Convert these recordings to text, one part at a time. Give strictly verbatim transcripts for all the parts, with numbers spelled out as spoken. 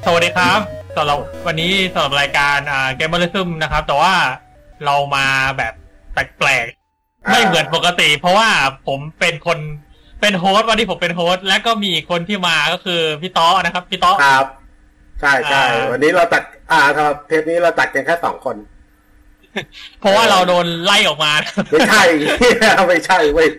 สวัสดีครับสำหรับวันนี้สำหรับรายการอ่าเกมเมอร์ซึมนะครับแต่ว่าเรามาแบบแปลกๆไม่เหมือนปกติเพราะว่าผมเป็นคนเป็นโฮสต์วันนี้ผมเป็นโฮสต์และก็มีคนที่มาก็คือพี่ต๊อนะครับพี่ต๊อครับใช่ใช่วันนี้เราตัดอ่าทำเทปนี้เราตัดกันแค่สองคนเพราะว่าเราโดนไล่ออกมาไม่ใช่ไม่ใช่เว้ย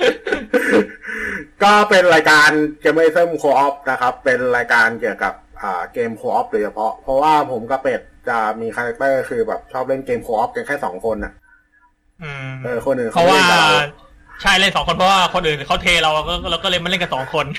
ก็เป็นรายการเกมเมอร์ซึมโคออฟนะครับเป็นรายการเกี่ยวกับอ่าเกมโคออฟโดยเฉพาะเพราะว่าผมกับเป็ดจะมีคาแรคเตอร์คือแบบชอบเล่นเกมโคออฟกันแค่สองคนน่ะอืมเออคนอื่นเพราะว่าใช่เล่นสองคนเพราะว่าคนอื่นเขาเทเราก็เราก็เลยมาเล่นกันสองคน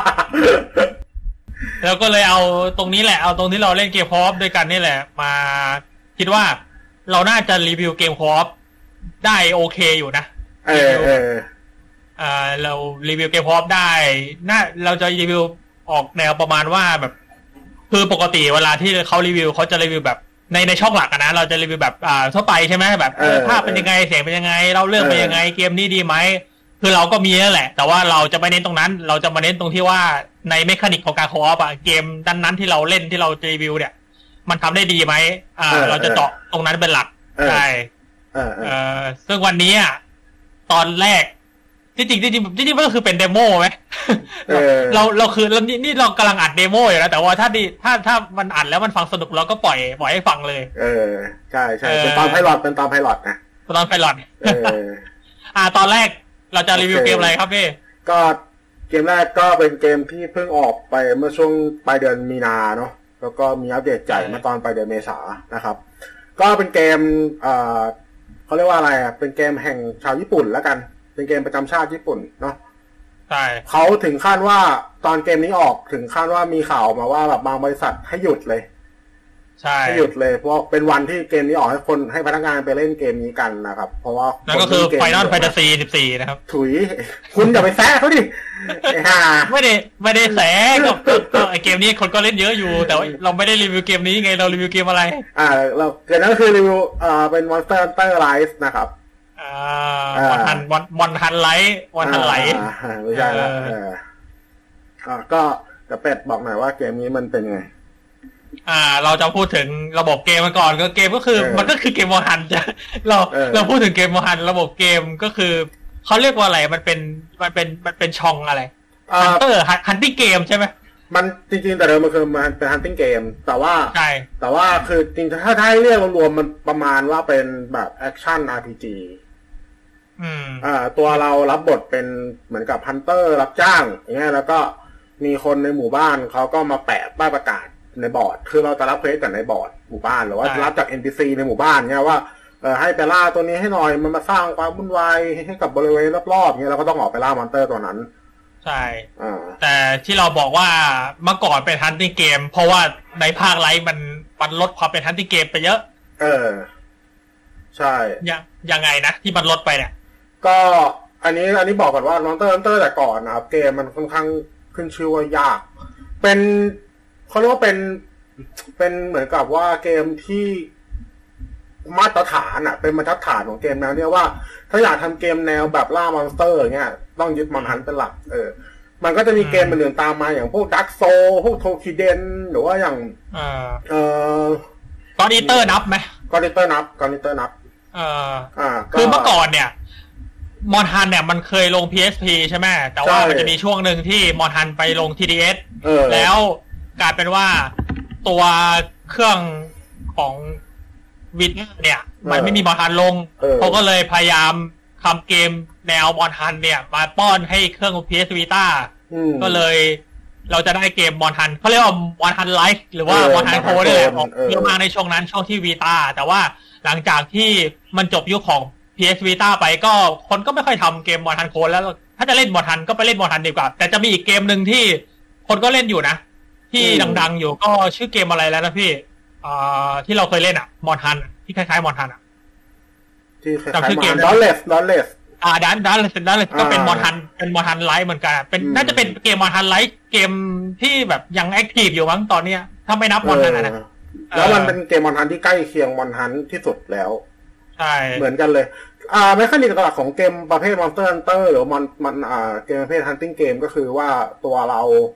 แล้วก็เลยเอาตรงนี้แหละเอาตรงที่เราเล่นเกมโคออฟด้วยกันนี่แหละมาคิดว่าเราน่าจะรีวิวเกมโคออฟได้โอเคอยู่นะเออเอออ่าเรารีวิวเกมโคออฟได้น่าเราจะรีวิวออกแนวประมาณว่าแบบคือปกติเวลาที่เขารีวิวเขาจะรีวิวแบบในในช่องหลักนะเราจะรีวิวแบบอ่าทั่วไปใช่ไหมแบบภาพเป็นยังไงเสียงเป็นยังไงเล่าเรื่องเป็นยังไงเกมนี้ดีไหมคือเราก็มีนั่นแหละแต่ว่าเราจะไม่เน้นตรงนั้นเราจะมาเน้นตรงที่ว่าในเมคานิกของการโคออฟอะเกมนั้นๆที่เราเล่นที่เรารีวิวเนี่ยมันทำได้ดีไหมอ่าเราจะเจาะตรงนั้นเป็นหลักใช่เออซึ่งวันนี้อ่ะตอนแรกที่จริงจริงจริงมันก็คือเป็นเดโมไหมเราเราคือเรานี่นี่เรากำลังอัดเดโมอยู่นะแต่ว่าถ้าดีถ้าถ้ามันอัดแล้วมันฟังสนุกเราก็ปล่อยปล่อยให้ฟังเลยเออใช่ใช่เป็นตอนไพลอตเป็นตอนไพลอตนะตอนไพลอตเอออ่าตอนแรกเราจะรีวิวเกมอะไรครับพี่ก็เกมแรกก็เป็นเกมที่เพิ่งออกไปเมื่อช่วงปลายเดือนมีนาเนาะแล้วก็มีอัปเดตใหญ่มาตอนปลายเดือนเมษานะครับก็เป็นเกมเอ่อเขาเรียกว่าอะไรอ่ะเป็นเกมแห่งชาวญี่ปุ่นแล้วกันเป็นเกมประจำชาติญี่ปุ่นเนาะใช่เขาถึงขั้นว่าตอนเกมนี้ออกถึงขั้นว่ามีข่าวมาว่าแบบบางบริษัทให้หยุดเลยใช่ให้หยุดเลยเพราะเป็นวันที่เกมนี้ออกให้คนให้พนักงานไปเล่นเกมนี้กันนะครับเพราะว่านั่นก็คือ Final Fantasy สิบสี่นะครับถุยคุณอย่าไปแซะเขาดิไม่ได้ไม่ได้แซะก็ไอเกมนี้คนก็เล่นเยอะอยู่แต่ว่าเราไม่ได้รีวิวเกมนี้ไงเรารีวิวเกมอะไรอ่าเราเกมนั้นก็คือรีวิวอ่าเป็น Monster Hunter Rise นะครับอ่าวันทันวันวันทันไลท์วันทันไลท์ไม่ใช่แล้วอ่าก็จะเป็ดบอกหน่อยว่าเกมนี้มันเป็นไงอ่าเราจะพูดถึงระบบเกมมาก่อนก็เกมก็คือมันก็คือเกมมอหันจะเราเราพูดถึงเกมมอหันระบบเกมก็คือเขาเรียกว่าอะไรมันเป็นมันเป็นมันเป็นช่องอะไรฮันเตอร์ฮันติ้งเกมใช่ไหมมันจริงๆแต่เดิมมันคือมันเป็นฮันติ้งเกมแต่ว่าใช่แต่ว่าคือจริงๆถ้าถ้าให้เรียกรวมๆมันประมาณว่าเป็นแบบแอคชั่น อาร์ พี จีอืมอ่าตัวเรารับบทเป็นเหมือนกับฮันเตอร์รับจ้างอย่างเงี้ยแล้วก็มีคนในหมู่บ้านเขาก็มาแปะป้ายประกาศในบอร์ดคือเราจะรับเควสจากในบอร์ดหมู่บ้านหรือว่ารับจาก เอ็น พี ซี ในหมู่บ้านเนี่ยว่าเออให้ไปล่าตัวนี้ให้หน่อยมันมาสร้างความวุ่นวายให้กับบริเวณรอบๆเงี้ยเราก็ต้องออกไปล่ามอนเตอร์ตัวนั้นใช่แต่ที่เราบอกว่าเมื่อก่อนเป็นฮันติ้งเกมเพราะว่าในภาคไลท์มันมันลดความเป็นฮันติ้งเกมไปเยอะเออใช่ยังยังไงนะที่มันลดไปเนี่ยก็อันนี้อันนี้บอกก่อนว่ามอนเตอร์ฮันเตอร์แต่ก่อนนะครับเกมมันค่อนข้างขึ้นชื่อว่ายากเป็นเขาเรียกว่าเป็นเป็นเหมือนกับว่าเกมที่มาตรฐานอ่ะเป็นมาตรฐานของเกมแนวเนี้ยว่าถ้าอยากทำเกมแนวแบบล่ามอนสเตอร์เงี้ยต้องยึดมอนฮันเป็นหลักเออมันก็จะมีเกมอื่นๆตามมาอย่างพวกดักโซพวกโทคิเดนหรือว่าอย่างเอ่อกอนิเตอร์นับไหมกอนิเตอร์นับกอนิเตอร์นับเอ่ออ่าคือเมื่อก่อนเนี่ยมอนฮันเนี่ยมันเคยลง พี เอส พี ใช่ไหมแต่ว่ามันจะมีช่วงหนึ่งที่มอนฮันไปลง ที ดี เอส แล้วกลายเป็นว่าตัวเครื่องของวินเนี่ยมันไม่มีมอนฮันลงเขาก็เลยพยายามทำเกมแนวมอนฮันเนี่ยมาป้อนให้เครื่อง พี เอส Vita ก็เลยเราจะได้เกมมอนฮันเขาเรียกว่ามอนฮันไลฟ์หรือว่ามอนฮันโคนี่แหละออกเยอะมากในช่วงนั้นช่วงที่ Vita แต่ว่าหลังจากที่มันจบยุคของ พี เอส Vita ไปก็คนก็ไม่ค่อยทำเกมมอนฮันโคแล้วถ้าจะเล่นมอนฮันก็ไปเล่นมอนฮันดีกว่าแต่จะมีอีกเกมนึงที่คนก็เล่นอยู่นะที่ดังๆอยู่ก็ชื่อเกมอะไรแล้วนะพี่อ่าที่เราเคยเล่นอ่ะมอนฮันที่คล้ายๆมอนฮันอ่ะที่คล้ายๆมอนฮันดอลเลสดอลเลสอ่าดันดันเลสดันเลสก็เป็นมอนฮันเป็นมอนฮันไลท์เหมือนกันเป็นน่าจะเป็นเกมมอนฮันไลท์เกมที่แบบยังแอคทีฟอยู่มั้งตอนเนี้ยถ้าไม่นับมอนฮันนะแล้วมันเป็นเกมมอนฮันที่ใกล้เคียงมอนฮันที่สุดแล้วใช่เหมือนกันเลยอ่าแมคานิกหลักของเกมประเภท Monster Hunter หรือมอนมันอ่าเกมประเภท Hunting Game ก็คือว่าตัวเรา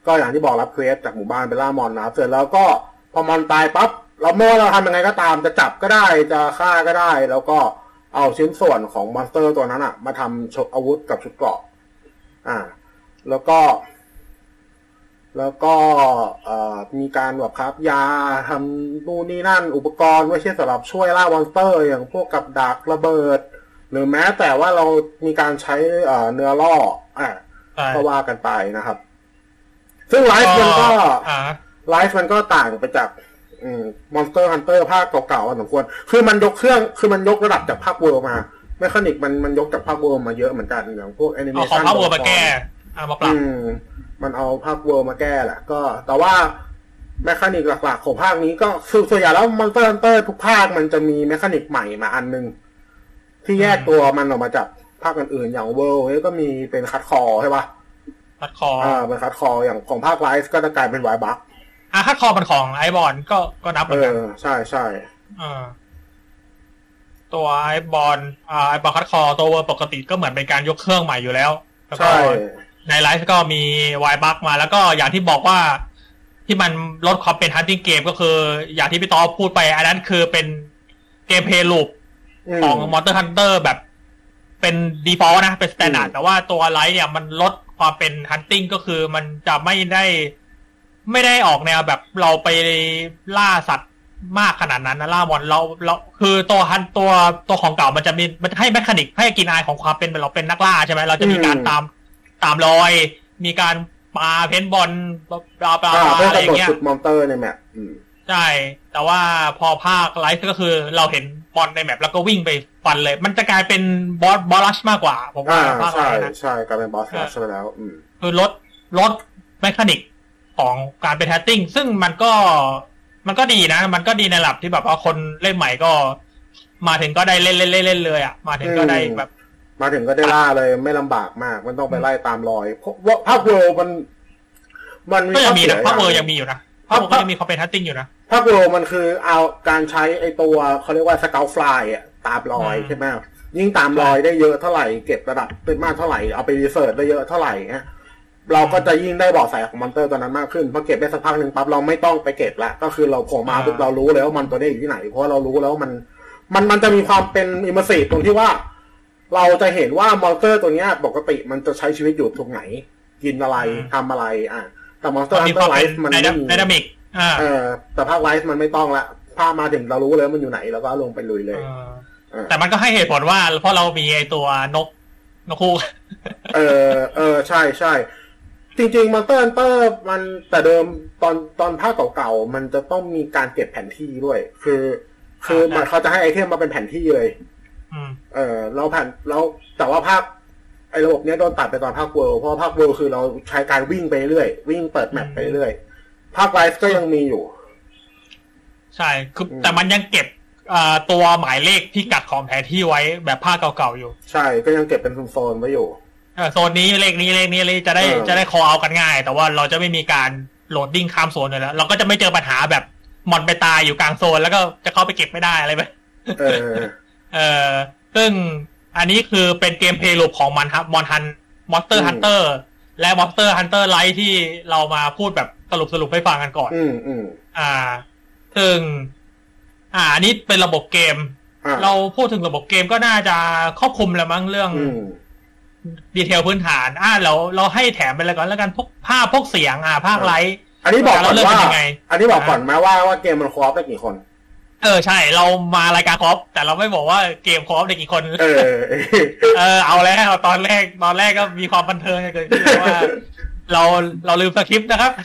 ก็อย่างที่บอกรับเควสจากหมู่บ้านไปล่ามอนนะครับเสร็จแล้วก็พอมอนตายปั๊บเราไม่ว่าเราทำยังไงก็ตามจะจับก็ได้จะฆ่าก็ได้แล้วก็เอาชิ้นส่วนของมอนสเตอร์ตัวนั้นอะมาทำชุดอาวุธกับชุดเกราะอ่าแล้วก็แล้วก็มีการแบบครับยาทำนู่นนี่นั่นอุปกรณ์ไว้ใช้สำหรับช่วยล่ามอนสเตอร์อย่างพวกกับดักระเบิดหรือแม้แต่ว่าเรามีการใช้เนื้อล่ออ่าก็ว่ากันไปนะครับซึ่งไลฟ์มันก็ไลฟ์มันก็ต่างไปจากมอนสเตอร์ฮันเตอร์ภาคเก่าๆพอสมควรคือมันยกเครื่องคือมันยกระดับจากภาคเวิร์มาแมคานิกมันมันยกจากภาคเวิร์มาเยอะเหมือนกันอย่างพวกแอนิเมชั่นของภาคเวิร์มาแก้เอามาปรับมันเอาภาคเวิร์มาแก้แหละก็แต่ว่าแมคานิกหลักๆของภาคนี้ก็ส่วนใหญ่แล้วมอนสเตอร์ฮันเตอร์ทุกภาคมันจะมีแมคานิกใหม่มาอันนึงที่แยกตัวมันออกมาจากภาคอื่นๆอย่างเวิร์ก็มีเป็นคัดคอใช่ป่ะคัดคออ่าเป็นคัดคออย่างของภาคไลฟ์ก็จะกลายเป็นไวบัคอ่ะคัดคอเป็นของไอบอลก็ก็นับเหมือนกันใช่ใช่อ่าตัวไอบอลอ่าไอบอลคัดคอตัวเวอร์ปกติก็เหมือนเป็นการยกเครื่องใหม่อยู่แล้วแล้วก็ในไลฟ์ก็มีไวบัคมาแล้วก็อย่างที่บอกว่าที่มันลดความเป็นฮันติ้งเกมก็คืออย่างที่พี่ต๊อพูดไปอันนั้นคือเป็นเกมเพลย์ลูปของ Monster Hunter แบบเป็น default นะเป็น standard แต่ว่าตัวไลท์เนี่ยมันลดความเป็น hunting ก็คือมันจะไม่ได้ไม่ได้ออกแนวแบบเราไปล่าสัตว์มากขนาดนั้นนะล่ามอนเราเราคือตัวฮันตัวตัวของเก่ามันจะมีมันให้แมคานิกให้กินอายของความเป็นเราเป็นนักล่าใช่ไหมเราจะมีการตามตามรอยมีการปาเพนบอลปลาปลาอะไรอย่างเงี้ยมอนเตอร์ในแมปใช่แต่ว่าพอภาคไลฟ์ก็คือเราเห็นบอลในแมปแล้วก็วิ่งไปฟันเลยมันจะกลายเป็นบอสบอสลัชมากกว่าผมว่าภาคไลฟ์นะใช่กลายเป็นบอสลัชไปแล้วคือลดลดแมคานิกของการเป็นแฮตติ้งซึ่งมันก็มันก็ดีนะมันก็ดีในระดับที่แบบว่าคนเล่นใหม่ก็มาถึงก็ได้เล่นเล่นเล่นเล่นเลยอ่ะมาถึงก็ได้แบบมาถึงก็ได้ล่าเลยไม่ลำบากมากมันต้องไปไล่ตามรอยเพราะว่าภาคเวิร์มันมันก็ยังมีนะภาคเวิร์ยังมีอยู่นะภาคเวิร์ก็ยังมีความเป็นแฮตติ้งอยู่นะภาคเวิร์มันคือเอาการใช้ไอตัวเขาเรียกว่าสเกลฟลายอ่ะตามรอยใช่ไหมยิ่งตามรอยได้เยอะเท่าไหร่เก็บระดับเป็นมากเท่าไหร่เอาไปรีเสิร์ชได้เยอะเท่าไหร่ฮะเราก็จะยิ่งได้เบาะแสของมอนเตอร์ตัวนั้นมากขึ้นพอเก็บได้สักพักหนึ่งปั๊บเราไม่ต้องไปเก็บละก็คือเราโผล่มาปุ๊บเรารู้แล้วมันตัวนี้อยู่ที่ไหนเพราะเรารู้แล้วมันมันมันจะมีความเป็นอิมเมอร์ซีฟตรงที่ว่าเราจะเห็นว่ามอนสเตอร์ตัวนี้ปกติมันจะใช้ชีวิตอยู่ตรงไหนกินอะไรทำอะไรอ่ะแต่มอนสเตอร์ฮันเตอร์ไลฟ์มันไม่มีไดนามิกเออแต่ภาคไลฟ์มันไม่ต้องละภาคมาถึงเรารู้เลยมันอยู่ไหนแล้วก็ลงไปลุยเลยแต่มันก็ให้เหตุผลว่าเพราะเรามีไอตัวนกนกคู่เออเออใช่ใช่จริงๆมอนสเตอร์ฮันเตอร์มันแต่เดิมตอนตอนภาคเก่าๆมันจะต้องมีการเก็บแผนที่ด้วยคือคือมันเขาจะให้ไอเทมมาเป็นแผนที่เลยเออเราแผนเราแต่ว่าภาคไอระบบนี้โดนตัดไปตอนภาคเวิลด์เพราะภาคเวิลด์คือเราใช้การวิ่งไปเรื่อยวิ่งเปิดแมปไปเรื่อยภาคไลฟ์ก็ยังมีอยู่ใช่คือแต่มันยังเก็บตัวหมายเลขพิกัดของแผนที่ไว้แบบภาคเก่าๆอยู่ใช่ก็ยังเก็บเป็นโซนๆไว้อยู่โซนนี้เลขนี้เลขนี้เลยจะได้จะได้คอเอากันง่ายแต่ว่าเราจะไม่มีการโหลดดิ้งข้ามโซนเลยแล้วเราก็จะไม่เจอปัญหาแบบมอนไปตายอยู่กลางโซนแล้วก็จะเข้าไปเก็บไม่ได้อะไรไปเออเออซึ่งอันนี้คือเป็นเกมเพลย์ลูปของมันครับมอนฮันมอนสเตอร์ฮันเตอร์และมอนสเตอร์ฮันเตอร์ไลท์ที่เรามาพูดแบบสรุปสรุปให้ฟังกันก่อนอืมอืมอ่าซึ่งอ่าอันนี้เป็นระบบเกมเราพูดถึงระบบเกมก็น่าจะครอบคลุมแล้วมั้งเรื่องดีเทลพื้นฐานอ่าเราเราให้แถมไปเลยก่อนแล้วกันพวกภาพพวกเสียงอ่าภาคไลท์อันนี้บอกก่อนว่าอันนี้บอกก่อนไหมว่าว่าเกมมันคอร์ฟได้กี่คนเออใช่เรามารายการคอร์ฟแต่เราไม่บอกว่าเกมคอร์ฟได้กี่คนเออเออเอาแล้วตอนแรกตอนแรกก็มีความบันเทิงเกิดขึ้นว่าเราเราลืมสคริปต์นะครับ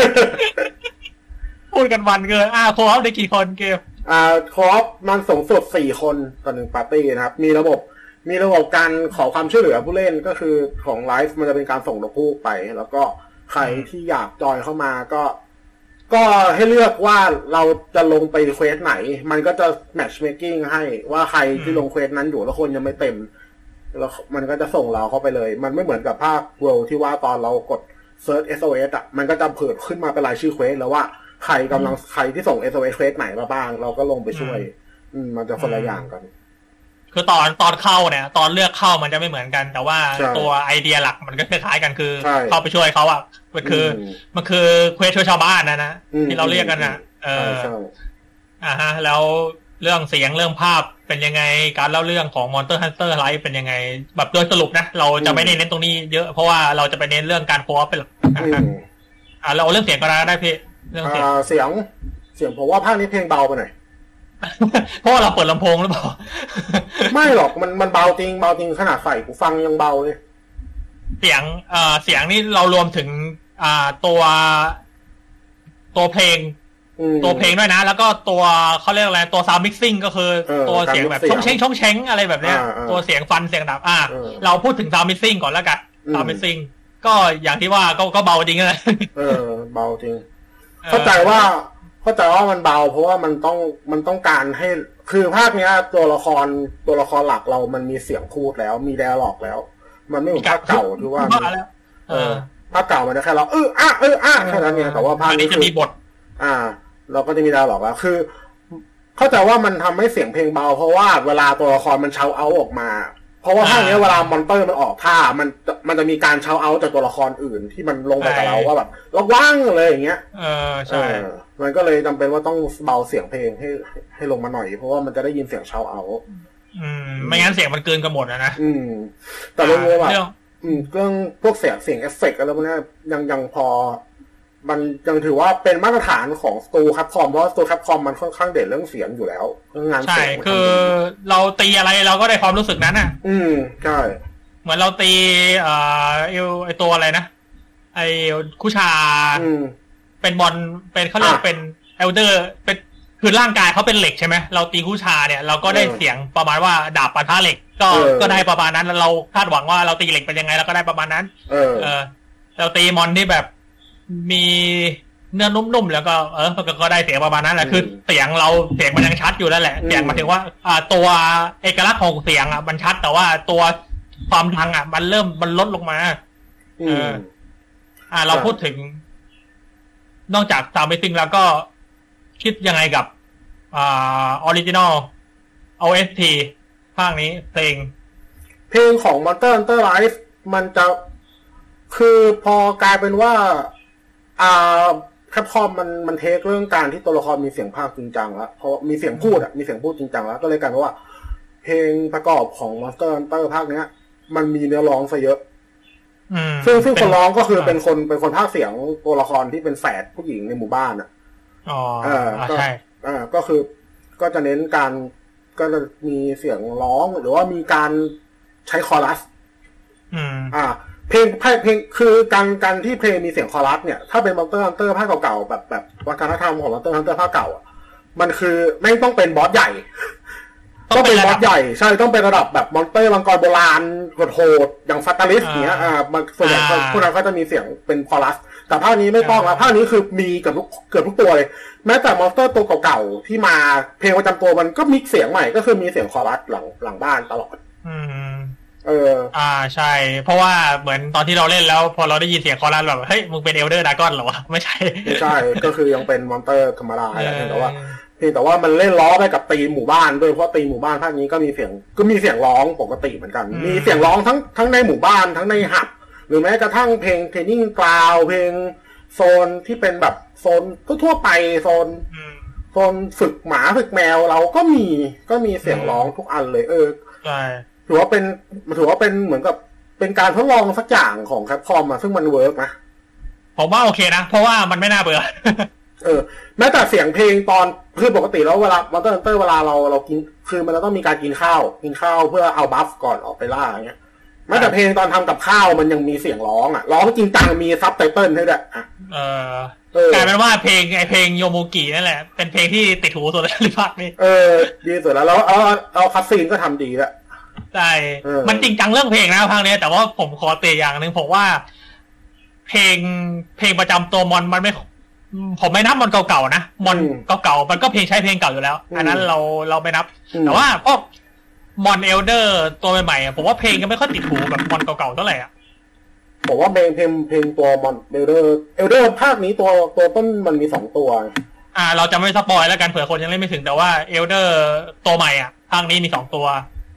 พูดกันวันเกินอ่าคอร์ฟได้กี่คนเกมอ่าคอร์ฟมันสูงสุดสี่คนต่อหนึ่งปาร์ตี้นะครับมีระบบมีระบบการขอความช่วยเหลือผู้เล่นก็คือของไลฟ์มันจะเป็นการส่งนกคู่ไปแล้วก็ใครที่อยากจอยเข้ามาก็ก็ให้เลือกว่าเราจะลงไปเควสไหนมันก็จะแมทช์เมคกิ้งให้ว่าใครที่ลงเควสนั้นอยู่แล้วคนยังไม่เต็มแล้วมันก็จะส่งเราเข้าไปเลยมันไม่เหมือนกับภาคเวิลด์ที่ว่าตอนเรากดเซิร์ช เอส โอ เอส อ่ะมันก็จะเผยขึ้นมาเป็นรายชื่อเควสแล้วว่าใครกำลังใครที่ส่ง เอส โอ เอส เควสไหนมาบ้างเราก็ลงไปช่วยอืมมันจะคนละอย่างกันคือตอนตอนเข้าเนี่ยตอนเลือกเข้ามันจะไม่เหมือนกันแต่ว่าตัวไอเดียหลักมันก็คล้ายๆกันคือเข้าไปช่วยเขาอ่ะมันคือมันคือเควสช่วยชาวบ้านนะนะที่เราเรียกกันนะเอออ่าฮะแล้วเรื่องเสียงเรื่องภาพเป็นยังไงการเล่าเรื่องของ Monster Hunter Rise เป็นยังไงแบบโดยสรุปนะเราจะไม่ได้เน้นตรงนี้เยอะเพราะว่าเราจะไปเน้นเรื่องการโคออฟเป็นหลักอ่าเราเอาเรื่องเสียงก็ได้พี่เรื่องเสียงเสียงเสียงผมว่าภาคนี้เพลงเบาไปหน่อยเพราะเราเปิดลำโพงหรือเปล่าไม่หรอกมันมันเบาจริงเบาจริงขนาดใส่หูฟังยังเบาเลยเสียงเอ่อเสียงนี่เรารวมถึงอ่าตัวตัวเพลงตัวเพลงด้วยนะแล้วก็ตัวเขาเรียกอะไรตัว sound mixing ก็คือตัวเสียงแบบช่องเช้งช่องเช้งอะไรแบบเนี้ยตัวเสียงฟันเสียงดับอ่าเราพูดถึง sound mixing ก่อนแล้วกัน sound mixing ก็อย่างที่ว่าก็ก็เบาจริงเลยเออเบาจริงเข้าใจว่าเข้าใจว่ามันเบาเพราะว่ามันต้องมันต้องการให้คือภาคเนี้ยตัวละครตัวละครหลักเรามันมีเสียงพูดแล้วมีไดอะล็อกแล้วมันไม่เหมือนภาคเก่าที่ว่าเออภาคเก่ามันแค่เราเอออ่ะเอออ่ะแค่นั้นไงแต่ว่าภาคนี้จะมีบทอ่าเราก็จะมีไดอะล็อกแล้วคือเข้าใจว่ามันทำให้เสียงเพลงเบาเพราะว่าเวลาตัวละครมันเช้าเอาออกมาเพราะว่าภาคนี้เวลามอนเตอร์มันออกท่ามันมันจะมีการเช้าเอาจากตัวละครอื่นที่มันลงไปกับเราว่าแบบระวังเลยอย่างเงี้ยเออใช่มันก็เลยจำเป็นว่าต้องเบาเสียงเพลงให้ให้ลงมาหน่อยเพราะว่ามันจะได้ยินเสียงเช้าเอาอืมไม่งั้นเสียงมันเกินกันหมดนะอืมแต่เรื่องนี้แบบอืมเรื่องพวกเสียงเสียงเอฟเฟกต์อะไรพวกนี้ยังยังพอมันยังถือว่าเป็นมาตรฐานของสตูคัพคอมเพราะสตูคัพคอมมันค่อนข้างเด่นเรื่องเสียงอยู่แล้วเรื่องงานเสียงใช่คือเราตีอะไรเราก็ได้ความรู้สึกนั้นอ่ะอืมใช่เหมือนเราตีเอ่อไอตัวอะไรนะไอคุชาเป็นบอลเป็นเขาเรียกเป็นเอลเดอร์เป็นคือร่างกายเขาเป็นเหล็กใช่ไหมเราตีคุชาเนี่ยเราก็ได้เสียงประมาณว่าดาบปะทะเหล็กก็ก็ได้ประมาณนั้นแล้วเราคาดหวังว่าเราตีเหล็กเป็นยังไงเราก็ได้ประมาณนั้นเออเราตีมอนที่แบบมีเนื้อนุ่มๆแล้วก็เออก็ได้เสียงประมาณนั้นแหละคือเสียงเราเสียงมันยังชัดอยู่แล้วแหละเสียงหมายถึงว่าอ่าตัวเอกลักษณ์ของเสียงอ่ะมันชัดแต่ว่าตัวความดังอ่ะมันเริ่มมันลดลงมาเอออ่าเราพูดถึงนอกจากซาวด์มิกซิ่งแล้วก็คิดยังไงกับอ่าออริจินอล โอ เอส ที ภาคนี้เพลงเพลงของ Monster Hunter Rise มันจะคือพอกลายเป็นว่าอ่าแคปคอมมันมันเทคเรื่องการที่ตัวละครมีเสียงภาคจริงจังแล้วเพราะมีเสียงพูดอ่ะมีเสียงพูดจริงจังแล้วก็เลยกลายเป็นว่าเพลงประกอบของ Monster Hunter ภาคเนี้ยมันมีเนื้อร้องซะเยอะซึ่งซึ่งคนร้องก็คือเป็นคนเป็นคนภาคเสียงตัวละครที่เป็นแฝดผู้หญิงในหมู่บ้านอ่ะอ๋อใช่อ่าก็คือก็จะเน้นการก็จะมีเสียงร้องหรือว่ามีการใช้คอรัสอืมอ่าเพลงเพลงคือการการที่เพลงมีเสียงคอรัสเนี่ยถ้าเป็น Monster Hunter ภาคเก่าๆแบบแบบวัฒนธรรมของ Monster Hunter ภาคเก่าอ่ะมันคือไม่ต้องเป็นบอสใหญ่ต้องเป็นบอสใหญ่ใช่ต้องเป็นระดับแบบมอนสเตอร์มังกรโบราณโหดๆอย่างฟาตาลิสเนี้ยอ่ามันส่วนใหญ่พวกนั้นก็จะมีเสียงเป็นคอรัสแต่ภาคนี้ไม่ต้องแล้วภาคนี้คือมีกับทุกเกือบทุกตัวเลยแม้แต่มอนสเตอร์ตัวเก่าๆที่มาเพลงประจำตัวมันก็มิกเสียงใหม่ก็คือมีเสียงคอรัสหลังหลังบ้านตลอดอืมเอออ่าใช่เพราะว่าเหมือนตอนที่เราเล่นแล้วพอเราได้ยินเสียงคอรัสแบบเฮ้ยมึงเป็นเอลเดอร์ดากอนเหรอวะไม่ใช่ไม่ใช่ก็คือยังเป็นมอนสเตอร์ธรรมดาแต่ว่าเพียงแต่ว่ามันเล่นล้อไปกับตีหมู่บ้านด้วยเพราะตีหมู่บ้านภาคนี้ก็มีเสียงก็มีเสียงร้องปกติเหมือนกันมีเสียงร้องทั้งทั้งในหมู่บ้านทั้งในหับหรือแม้กระทั่งเพลงเทรนนิ่งกราวเพลงโซนที่เป็นแบบโซนทั่วไปโซนโซนฝึกหมาฝึกแมวเราก็มีก็มีเสียงร้องทุกอันเลยเออใช่ถือว่าเป็นถือว่าเป็นเหมือนกับเป็นการทดลองสักอย่างของแคปคอมอ่ะซึ่งมันเวิร์กนะผมว่าโอเคนะเพราะว่ามันไม่น่าเบื่อเออแม้แต่เสียงเพลงตอนคือปกติแล้วเวลา Monster Hunter เวลาเราเรากินคือมันจะต้องมีการกินข้าวกินข้าวเพื่อเอาบัฟก่อนออกไปล่าอย่างเงี้ยแม้แต่เพลงตอนทำกับข้าวมันยังมีเสียงร้องอ่ะร้องจริงจังมีซับไตเติลให้ด้วยอ่ะเออกลายเป็นว่าเพลงไอเพลงโยโมกินั่นแหละเป็นเพลงที่ติดหูสุดเลยในภาคนี้เออดีสุดแล้วแล้วเอาเอาคัสซีนก็ทำดีแล้วใช่มันจริงจังเรื่องเพลงนะภาคนี้แต่ว่าผมขอเตะอย่างนึงผมว่าเพลงเพลงประจำตัวมอนมันไม่ผมไม่นับมอนเก่าๆนะมอนเก่าๆมันก็เพลงใช้เพลงเก่าอยู่แล้วอันนั้นเราเราไม่นับแต่ว่าพวกมอนเอลเดอร์ตัวใหม่ๆผมว่าเพลงก็ไม่ค่อยติดหูแบบมอนเก่าๆเท่าไหร่อ่ะผมว่าเพลงเพลงเพลงตัวมอนเอลเดอร์เอลเดอร์ภาคนี้ตัวตัวต้นมันมีสองตัวอ่าเราจะไม่สปอยแล้วกันเผื่อคนยังเล่นไม่ถึงแต่ว่าเอลเดอร์ตัวใหม่อ่ะภาคนี้มีสองตัว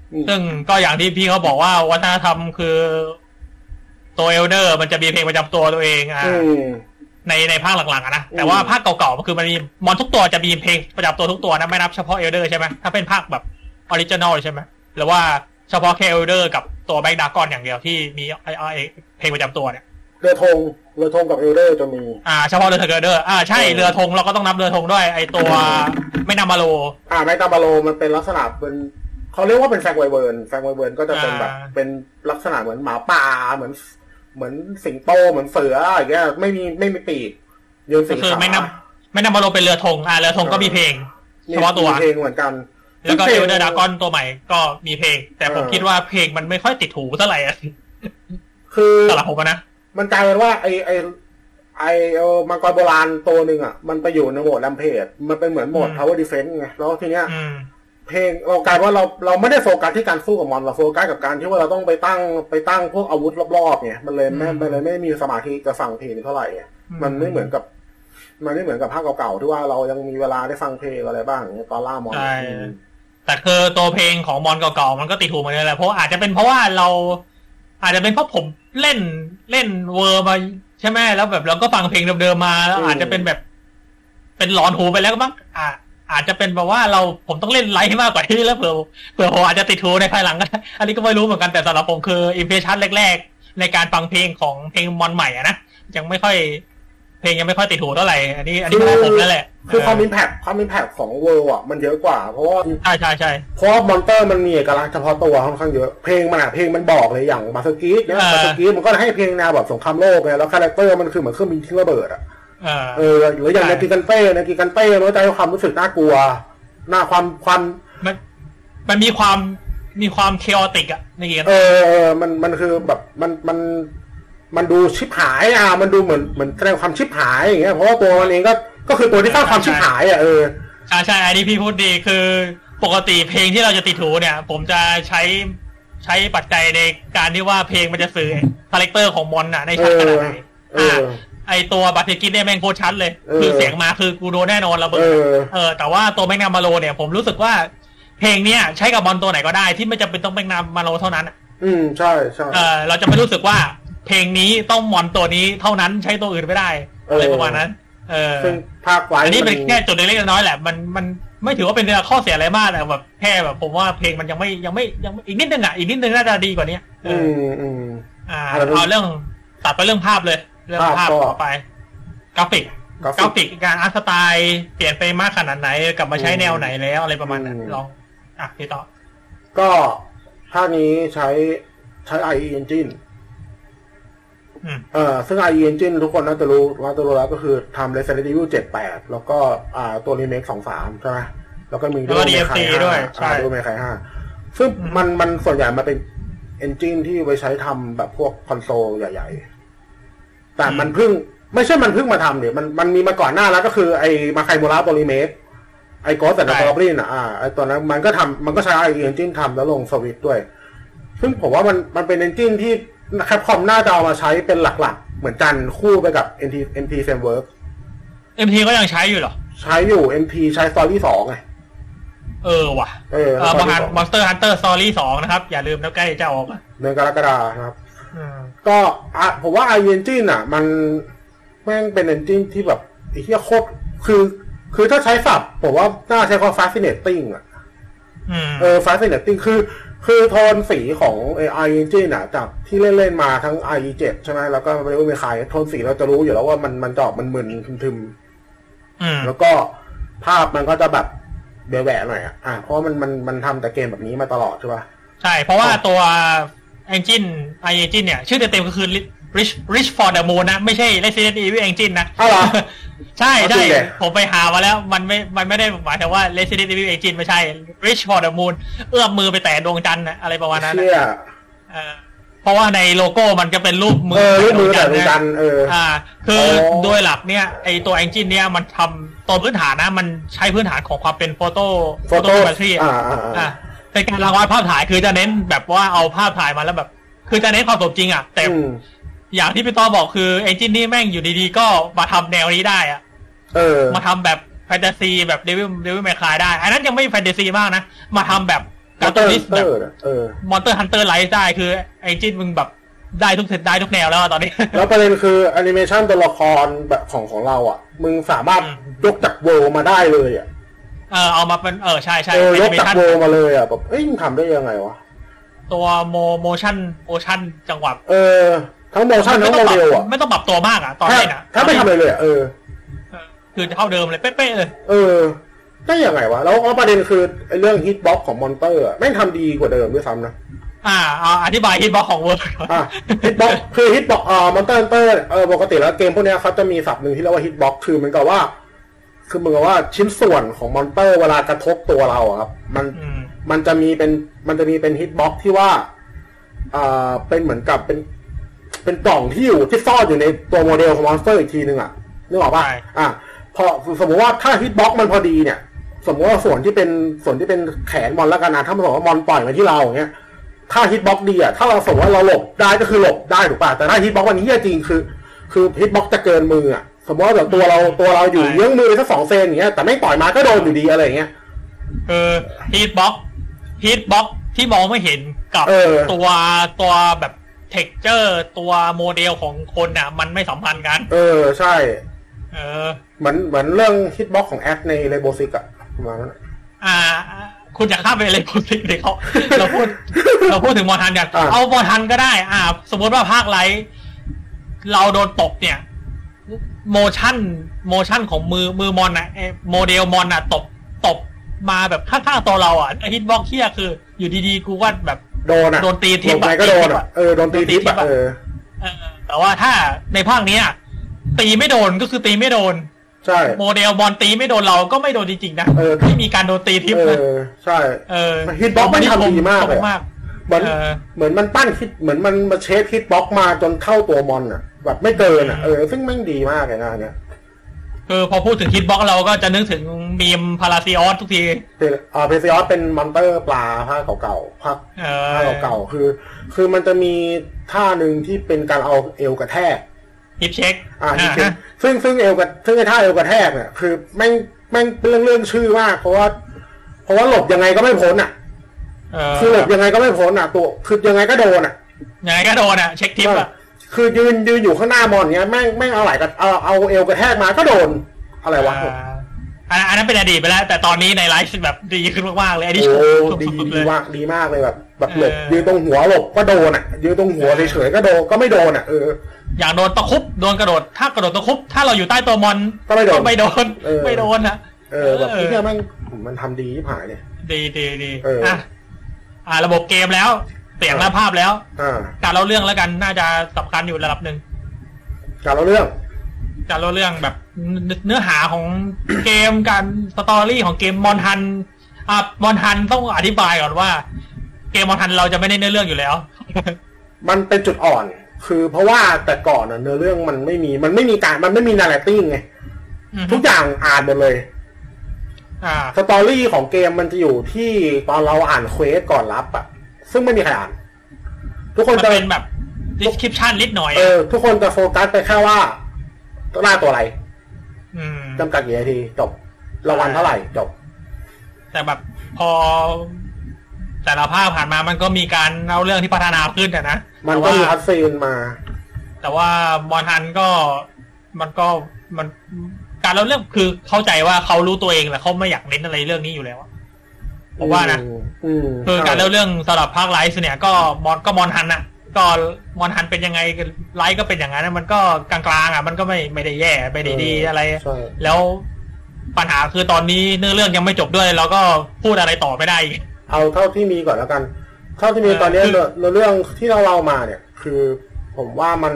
ซึ่งก็อย่างที่พี่เขาบอกว่าวัฒนธรรมคือตัวเอลเดอร์มันจะมีเพลงประจำตัวตัวเองอ่ะในในภาคหลังๆนะแต่ว่าภาคเก่าๆคือมันมีมอนทุกตัวจะมีเพลงประจำตัวทุกตัวนะไม่นับเฉพาะเอลเดอร์ใช่ไหมถ้าเป็นภาคแบบออริจินอลใช่ไหมหรือว่าเฉพาะแค่เอลเดอร์กับตัวแบ็กดากอนอย่างเดียวที่มีไอไอเพลงประจำตัวเนี่ยเรือธงเรือธงกับเอลเดอร์จะมีอ่าเฉพาะเรือธงเอลเดอร์อ่าใช่เรือธงเราก็ต้องนับเรือธงด้วยไอตัวไม่นามาโลอ่าไม่นามาโลมันเป็นลักษณะเป็นเขาเรียกว่าเป็นแฟงไวเวิร์นแฟงไวเวิร์นก็จะเป็นแบบเป็นลักษณะเหมือนหมาป่าเหมือนเหมือนสิงโตเหมือนเสืออย่างเงี้ยไม่มีไม่มีปีกยืนสิงขาไม่นาไม่นามาโลเป็นเรือธงอ่าเรือธงก็มีเพลงเฉพาะตัวเพลงเหมือนกันแล้วก็เอลเดอร์ดากอนตัวใหม่ก็มีเพลงแต่ผมคิดว่าเพลงมันไม่ค่อยติดหูเท่าไหร่อ่ะคือสำหรับผมนะมันกลายเป็นว่าไอไอไอเออมังกรโบราณตัวหนึ่งอ่ะมันไปอยู่ในโหมดแรมเพจมันเป็นเหมือนโหมด Tower Defense ไงแล้วทีเนี้ยเพลงเรากลายว่าเราเราไม่ได้โฟกัสที่การสู้กับมอนเราโฟกัสกับการที่ว่าเราต้องไปตั้งไปตั้งพวกอาวุธรอบๆไงมันเลยไม่มันเลยไม่มีสมาธิจะฟังเพลงเท่าไหร่มันไม่เหมือนกับมันไม่เหมือนกับภาคเก่าๆที่ว่าเรายังมีเวลาได้ฟังเพลงอะไรบ้างตอนล่ามอนแต่คือตัวเพลงของมอนเก่าๆมันก็ติดหูเหมือนกันแหละเพราะอาจจะเป็นเพราะว่าเราอาจจะเป็นเพราะผมเล่นเล่นเวอร์มาใช่ไหมแล้วแบบเราก็ฟังเพลงเดิมๆมาแล้วอาจจะเป็นแบบเป็นหลอนหูไปแล้วก็บ้างอ่าอาจจะเป็นแบบว่าเราผมต้องเล่นไลท์ให้มากกว่าที่แล้วเผื่อเผื่อผมอาจจะติดหูในภายหลังก็อันนี้ก็ไม่รู้เหมือนกันแต่สำหรับผมคืออิมเพรสชั่นแรกๆในการฟังเพลงของเพลงมอนใหม่อะนะยังไม่ค่อยเพลงยังไม่ค่อยติดหูเท่าไหร่อันนี้อันนี้ของผมนั่นแหละคือความอิมแพคความอิมแพคของเวิร์อ่ะมันเยอะกว่าเพราะว่าใช่ใช่ใช่เพราะมอนเตอร์มันมีเอกลักษณ์เฉพาะตัวค่อนข้างเยอะเพลงมันอ่ะเพลงมันบอกเลยอย่างมาสกีสเนี่ยมาสกีสมันก็ให้เพลงแนวแบบสงครามโลกไงแล้วคาแรคเตอร์มันคือเหมือนเครื่องบินทิ้งระเบิดอ่ะเออหรืออย่างในกิกันเต้ในกิกันเต้มันก็จะให้ความรู้สึกน่ากลัวหน้าความความมันมันมีความมีความเคอติกอ่ะในเกมเออมันมันคือแบบมันมันมันดูชิบหายอ่ะมันดูเหมือนเหมือนแสดงความชิบหายอย่างเงี้ยเพราะว่าตัวมันเองก็ก็คือตัวที่สร้างความชิบหายอ่ะเออใช่ใช่อันนี้พี่พูดดีคือปกติเพลงที่เราจะติดหูเนี่ยผมจะใช้ใช้ปัจจัยในการที่ว่าเพลงมันจะสื่อคาแรคเตอร์ของมอนอ่ะในชั้นขนาดไหนอ่าไอตัวบัตเทกินเนี่ยแม่งโคตรชัดเลยคือเสียงมาคือกูโดนแน่นอนระเบิดเออแต่ว่าตัวแมกนามาโลเนี่ยผมรู้สึกว่าเพลงเนี้ยใช้กับมอนตัวไหนก็ได้ที่ไม่จำเป็นต้องแมกนามาโลเท่านั้นอืมใช่ใช่เออเราจะไม่รู้สึกว่าเพลงนี้ต้องมอนตัวนี้เท่านั้นใช้ตัวอื่นไม่ได้อะไรประมาณนั้นเออซึ่งภาคไว้อันนี้เป็นแค่จุดเล็กๆน้อยๆแหละมันมันไม่ถือว่าเป็นข้อเสียอะไรมากแต่แบบแค่แบบผมว่าเพลงมันยังไม่ยังไม่ยังอีกนิดนึงอ่ะอีกนิดนึงน่าจะดีกว่านี้อืมอืมอ่าเอาเรื่องตัดไปเรื่องภาพเลยเรื่องภาพต่อไปกราฟิกกราฟิกการอาร์ตสไตล์เปลี่ยนไปมากขนาดไหนกลับมาใช้แนวไหนแล้วอะไรประมาณนั้นลองอ่ะพี่ต่อก็ภาคนี้ใช้ใช้ ไอ อี Engine เอ่อซึ่ง ไอ อี Engine ทุกคนน่าจะรู้น่าจะรู้แล้วก็คือทำ Resident Evil เจ็ด แปดแล้วก็อ่าตัวรีเมคสอง สามใช่ไหมแล้วก็มีด้วยดี เอฟ ซี ด้วยใช่ด้วยเมคห้าซึ่งมันมันส่วนใหญ่มาเป็น Engine ที่ไว้ใช้ทำแบบพวกคอนโซลใหญ่ๆแต่มันเพิ่งไม่ใช่มันเพิ่งมาทำเดี๋ยวมันมันมีมาก่อนหน้าแล้วก็คือไอ้มาไคโมระตัวรีเมคไอ้กอสแต่ในกอบลินอ่ะอ่าไอ้ตัวนั้นมันก็ทำมันก็ใช้ ไอ อี Engine ทำแล้วลงสวิตช์ด้วยซึ่งผมว่ามันมันเป็น Engine ที่แคปคอมน่าจะเอามาใช้เป็นหลักๆเหมือนกันคู่ไปกับ เอ็ม ที เอ็ม ที Framework เอ็ม ที ก็ยังใช้อยู่เหรอใช้อยู่ เอ็ม ที ใช้ Story สองไงเออว่ะเออเออ Monster Hunter Story สองนะครับอย่าลืมนะใกล้จะออกเดือนกรกฎาคมครับก็อ่ะผมว่า ไอ อี Engine อ่ะมันแม่งเป็น Engine ที่แบบไอ้เหี้ยโคตรคือคือถ้าใช้ศัพท์ผมว่าน่าใช้คำว่า fascinating อ่ะเออ fascinating คือคือโทนสีของ ไอ อี Engine น่ะจากที่เล่นๆมาทั้ง ไอ อี เจ็ด ใช่ไหมแล้วก็ไม่รู้มีใครโทนสีเราจะรู้อยู่แล้วว่ามันมันจะออกมันมึนทึมๆแล้วก็ภาพมันก็จะแบบเบลแหวะหน่อยอ่ะอ่ะเพราะมันมันมันทำแต่เกมแบบนี้มาตลอดใช่ป่ะใช่เพราะว่าตัว Engine ไอ Engine เนี่ยชื่อเต็มๆก็คือ Rich Rich for the Moon นะไม่ใช่ Resident Evil Engine นะอ้าวเหรอใช่ใช่ผมไปหามาแล้วมันไม่มันไม่ได้หมายถึงว่า Resident Evil Engine ไม่ใช่ Rich for the Moon เอื้อมมือไปแตะดวงจันทร์อะไรประมาณนั้นนะเออเพราะว่าในโลโก้มันก็เป็นรูปมือรูปมือแตะดวงจันทร์เอออ่าคือโดยหลักเนี่ยไอตัว Engine เนี่ยมันทำตัวพื้นฐานนะมันใช้พื้นฐานของความเป็นโฟโต้โฟโต้แบตเตอรี่อ่าอ่าเป็นการรางวัลภาพถ่ายคือจะเน้นแบบว่าเอาภาพถ่ายมาแล้วแบบคือจะเน้นความสมจริงอ่ะแต่อย่างที่พี่ต้อบอกคือเอนจินนี่แม่งอยู่ดีๆก็มาทำแนวนี้ได้อ่ะเออมาทำแบบแฟนตาซีแบบเดวิลเดวิลแมคคายได้อันนั้นยังไม่แฟนตาซีมากนะมาทำแบบการ์ตูนิสแบบเออมอนเตอร์ฮันเตอร์ไลท์ได้คือไอ้จิ้นมึงแบบได้ทุกเซตได้ทุกแนวแล้วตอนนี้แล้วประเด็นคือแอนิเมชันตัวละครแบบของของเราอ่ะมึงสามารถยกจากเวิลด์มาได้เลยอ่ะเออเอามาเป็นเออใช่ใช่เออยกจากเวิลด์มาเลยอ่ะแบบเอ้ยมึงทำได้ยังไงวะตัวโมโมชั่นโมชั่นจังหวะเออทั้งโมชั่นทั้งโมเดลอ่ะไม่ต้องปรับตัวมากอ่ะตอนนี้นะถ้าไม่ทำอะไรเลยเออคือเท่าเดิมเลยเป๊ะๆเลยเออได้ยังไงวะแล้วประเด็นคือไอ้เรื่องฮิตบ็อกของมอนเตอร์แม่งทำดีกว่าเดิมด้วยซ้ำนะอ่าอธิบายฮิตบ็อกของเวิร์ดอ่าฮิตบ็อกคือฮิตบ็อกอ่ามอนเตอร์ฮันเตอร์เออปกติแล้วเกมพวกนี้เขาจะมีศัพท์หนึ่งที่เรียกว่าฮิตบ็อกคือเหมือนกับว่าคือเหมือนกับว่าชิ้นส่วนของมอนเตอร์เวลากระทบตัวเราอะครับมันมันจะมีเป็นมันจะมีเป็นฮิตบ็อกที่ว่าอ่าเป็นเหมือนกับเป็นเป็นกล่องที่อยู่ที่ซ่อนอยู่ในตัวโมเดลของมอนสเตอร์อีกทีนึงอะนึกออกป่ะอ่าพอสมมติว่าถ้าฮิตบ็อกมันพอดีเนี่ยสมมติว่าส่วนที่เป็นส่วนที่เป็นแขนมอนแล้วกันนะถ้ามันบอกว่ามอนปล่อยมาที่เราอย่างเงี้ยถ้าฮิตบ็อกดีอ่ะถ้าเราสมมติว่าเราหลบได้ก็คือหลบได้ถูกป่ะแต่ถ้าฮิตบ็อกวันนี้จริงคือคือฮิตบ็อกจะเกินมืออ่ะสมมติว่าแบบตัวเราตัวเราอยู่เยื้องมือสักสองเซนอย่างเงี้ยแต่ไม่ปล่อยมาก็โดนอยู่ดีอะไรอย่างเงี้ยเออฮิตบ็อกฮิตบ็อกที่มองไม่เห็นกับตัวตัวแบบเท็กเจอร์ตัวโมเดลของคนอ่ะมันไม่สัมพันธ์กันเออใช่เออเหมือนเหมือนเรื่องฮิตบ็อกของแอดในเรโบซิกอะประมาณนั้นอ่าคุณอยากข้ามไปเรโบซิกเลยเขาเราพูดเราพูดถึงมอทันกันเอามอทันก็ได้อ่าสมมติว่าภาคไลท์เราโดนตบเนี่ยโมชั่นโมชั่นของมือมือมอนอะโมเดลมอนอะตบตบมาแบบข้างๆตัวเราอะฮิตบ็อกเฮียคืออยู่ดีๆกูว่าแบบโดนอะโดนตีทิปอะก็โดนอะเออโดนตีทิปอะเออแต่ว่าถ้าในภาคนี้ตีไม่โดนก็คือตีไม่โดนใช่โมเดลบอลตีไม่โดนเราก็ไม่โดนจริงๆนะไม่มีการโดนตีทิปนะเออใช่เออฮิตบ็อกมันทำดีมากเลยเหมือนเหมือนมันปั้นฮิตเหมือนมันมาเชฟฮิตบ็อกมาจนเข้าตัวมอนอ่ะแบบไม่เกินอ่ะเออซึ่งแม่งดีมากเลยนะเนี่ยคือพอพูดถึงฮิตบ็อกเราก็จะนึกถึงมีมพาราซิออสทุกทีอ่าเพซิออสเป็นมอนเตอร์ปลาภาคเก่าๆภาคภาคเก่าๆคือคือมันจะมีท่าหนึ่งที่เป็นการเอาเอวกระแทกฮิปเช็คอ่าฮิปเช็คซึ่งซึ่งเอวกับซึ่งไอ้ท่าเอวกระแทกเนี่ยคือแม่งแม่งเรื่องเรื่องชื่อมากเพราะว่าเพราะว่าหลบยังไงก็ไม่พ้นอ่ะคือหลบยังไงก็ไม่พ้นอ่ะตัวคือยังไงก็โดนอ่ะยังไงก็โดนอ่ะเช็คทิปอ่ะคือยืนยืนอยู่ข้างหน้ามอนเงี้ยแม่งแม่งเอาไหลกับเอาเอาเอวกระแทกมาก็โดนอะไรวะอันนั้นเป็นอดีตไปแล้วแต่ตอนนี้ในไลฟ์แบบดีขึ้นมากๆเลยอันนี้โอ้ดีดีมากดีมากเลยแบบแบบหลบยืนตรงหัวหลบก็โดนอ่ะยืนตรงหัวเฉยๆก็โดนก็ไม่โดนอ่ะเอออย่างโดนตะคุบโดนกระโดดถ้ากระโดดตะคุบถ้าเราอยู่ใต้ตัวมอนก็ไม่โดนไม่โดนไม่โดนนะเออแบบที่เนี่ยมันมันทำดีที่ผ่านเลยดีดีดีอ่ะอ่าระบบเกมแล้วเสียงและภาพแล้วการเล่าเรื่องแล้วกันน่าจะสำคัญอยู่ระดับหนึ่งการเล่าเรื่องการเล่าเรื่องแบบเนื้อหาของเกมการสตอรี่ของเกมมอนทันอ่ะมอนทันต้องอธิบายก่อนว่าเกมมอนทันเราจะไม่ได้เนื้อเรื่องอยู่แล้วมันเป็นจุดอ่อนคือเพราะว่าแต่ก่อนเนื้อเรื่องมันไม่มีมันไม่มีการมันไม่มีนาร์เรติ้งไงทุกอย่างอ่านหมดเลยสตอรี่ของเกมมันจะอยู่ที่ตอนเราอ่านเควสก่อนรับอ่ะซึ่งไม่มีใครอ่านทุกคนจะเป็นแบบ description นิดหน่อยเออทุกคนจะโฟกัสไปแค่ว่าหน้าตัวอะไรจำกัดกี่นาทีจบรางวัลเท่าไหร่จบแต่แบบพอแต่ละภาคผ่านมามันก็มีการเล่าเรื่องที่พัฒนาขึ้นแต่นะมันก็มีคัสซีนมาแต่ว่ามอนทันก็มันก็มันการเล่าเรื่องคือเข้าใจว่าเขารู้ตัวเองแหละเขาไม่อยากเน้นอะไรเรื่องนี้อยู่แล้วผมว่านะคือการเล่าเรื่องสำหรับภาคไลฟ์เนี่ยก็มอนก็มอนทันอะก็มอนทันเป็นยังไงไลฟ์ก็เป็นอย่างนั้นมันก็กลางๆอ่ะมันก็ไม่ไม่ได้แย่ไม่ได้ดีอะไรแล้วปัญหาคือตอนนี้เนื้อเรื่องยังไม่จบด้วยเราก็พูดอะไรต่อไม่ได้เอาเท่าที่มีก่อนแล้วกันเท่าที่มีตอนนี้เนื้อเรื่องที่เราเล่ามาเนี่ยคือผมว่ามัน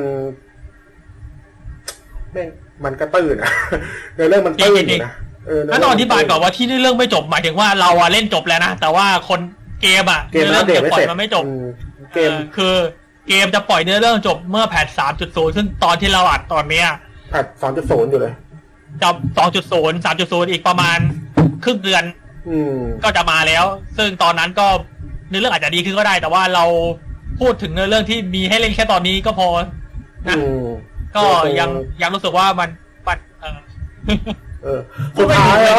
ไม่มันก็ตื้นนะเนื้อเรื่องมันตื้นนะเออแล้วอธิบายก่อนว่าที่เรื่องไม่จบหมายถึงว่าเราอะเล่นจบแล้วนะแต่ว่าคนเกมอะเนื้อเรื่องจะปล่อยมันไม่จบเกมคือเกมจะปล่อยเนื้อเรื่องจบเมื่อแพท สามจุดศูนย์ ซึ่งตอนที่เราอัดตอนเนี้ยแพท สองจุดศูนย์ อยู่เลยจะ สองจุดศูนย์ สามจุดศูนย์ อีกประมาณครึ่งเดือนก็จะมาแล้วซึ่งตอนนั้นก็เนื้อเรื่องอาจจะดีขึ้นก็ได้แต่ว่าเราพูดถึงเนื้อเรื่องที่มีให้เล่นแค่ตอนนี้ก็พอนะก็ยังยังรู้สึกว่ามันปัดเออเออสุดท้ายแล้วสุ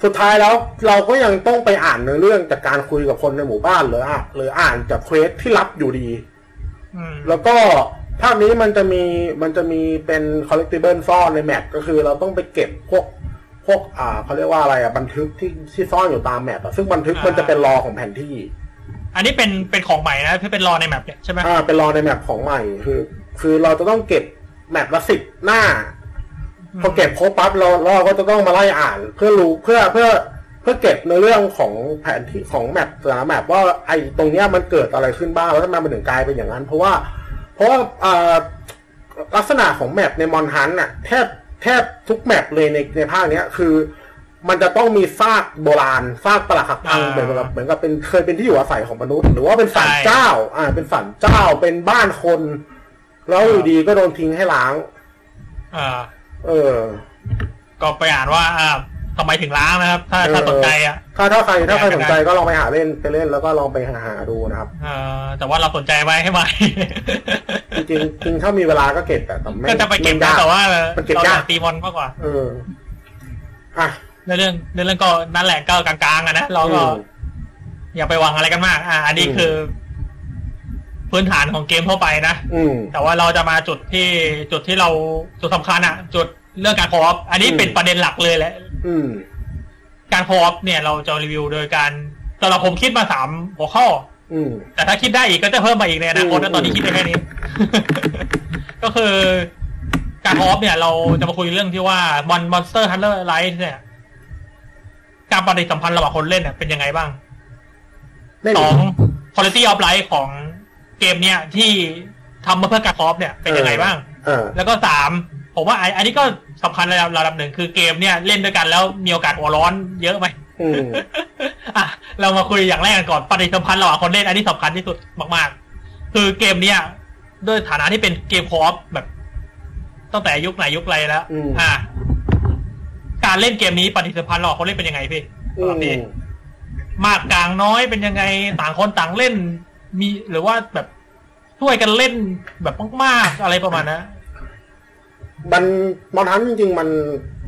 สุดท้ายแล้วเราก็ยังต้องไปอ่านเนื้อเรื่องจากการคุยกับคนในหมู่บ้านหรืออ่ะหรืออ่านจากเควสที่รับอยู่ดีแล้วก็ภาคนี้มันจะมีมันจะมีเป็น collectible ซ่อนในแมปก็คือเราต้องไปเก็บพวกพวกอ่าเขาเรียกว่าอะไรอ่ะบันทึกที่ที่ซ่อนอยู่ตามแมปอ่ะซึ่งบันทึกมันจะเป็นรอของแผนที่อันนี้เป็นเป็นของใหม่นะที่เป็นรอในแมปเนี่ยใช่ไหมอ่าเป็นรอในแมปของใหม่คือคือเราจะต้องเก็บแมปละสิบหน้าพอเก็บครบปั๊บเราเราก็จะต้องมาไล่อ่านเพื่อรู้เพื่อเพื่อเพื่อเก็บในเรื่องของแผนที่ของแมปแต่ละแมปว่าไอ้ตรงเนี้ยมันเกิดอะไรขึ้นบ้างแล้วทำไมมันถึงกลายเป็นอย่างนั้นเพราะว่าเพราะว่าอ่าลักษณะของแมปในมอนฮันน่ะแทบแทบทุกแมปเลยในในภาคเนี้ยคือมันจะต้องมีซากโบราณซากปรักหักพังเหมือนกับเหมือนกับเป็นเคยเป็นที่อยู่อาศัยของมนุษย์หรือว่าเป็นศาลเจ้าอ่าเป็นศาลเจ้าเป็นบ้านคนแล้วอยู่ดีก็โดนทิ้งให้ล้างอ่าเออก็ไปอ่านว่าอ่าทำไมถึงล้างนะครับถ้าถ้าสนใจอ่ะถ้าถ้าใครถ้าใครสนใจก็ลองไปหาเล่นไปเล่นแล้วก็ลองไปหาหาดูนะครับเออแต่ว่าเราสนใจไว้ให้ไหมจริงจริงถ้ามีเวลาก็เก็บแต่ไม่ก็จะไปเก็บแต่ว่ามันเก็บยากตีมอนมากกว่าเอออ่ะในเรื่องในเรื่องก็นั่นแหละก็กลางๆอ่ะนะเราก็อย่าไปหวังอะไรกันมากอ่าอันนี้คือพื้นฐานของเกมทั่วไปนะแต่ว่าเราจะมาจุดที่จุดที่เราจุดสำคัญอ่ะจุดเรื่องการโคออฟอันนี้เป็นประเด็นหลักเลยแหละการโคออฟเนี่ยเราจะรีวิวโดยการตอนเราผมคิดมาสามหัวข้อแต่ถ้าคิดได้อีกก็จะเพิ่มมาอีกในอนาคตนะตอนนี้คิดได้แค่นี้ ก็คือการโคออฟเนี่ยเราจะมาคุยเรื่องที่ว่า Monster Hunter Rise เนี่ยการปฏิสัมพันธ์ระหว่างคนเล่นเนี่ยเป็นยังไงบ้างสอง Quality of Life ของเกมเนี่ยที่ทำมาเพื่อการโคออฟเนี่ยเป็นยังไงบ้างแล้วก็สามผมว่าอันนี้ก็สำคัญระดับระดับหนึ่งคือเกมเนี่ยเล่นด้วยกันแล้วมีโอกาสหัวร้อนเยอะไหมอ่ะเรามาคุยอย่างแรกกันก่อนปฏิสัมพันธ์ระหว่างคนเล่นอันนี้สำคัญที่สุดมากๆคือเกมเนี้ยด้วยฐานะที่เป็นเกมโคออฟแบบตั้งแต่ยุคไหนยุคไรแล้วอ่ะการเล่นเกมนี้ปฏิสัมพันธ์ระหว่างคนเล่นเป็นยังไงพี่พี่มากกลางน้อยเป็นยังไงต่างคนต่างเล่นมีหรือว่าแบบช่วยกันเล่นแบบมากๆอะไรประมาณนั้นมันมอนฮันจริงๆมัน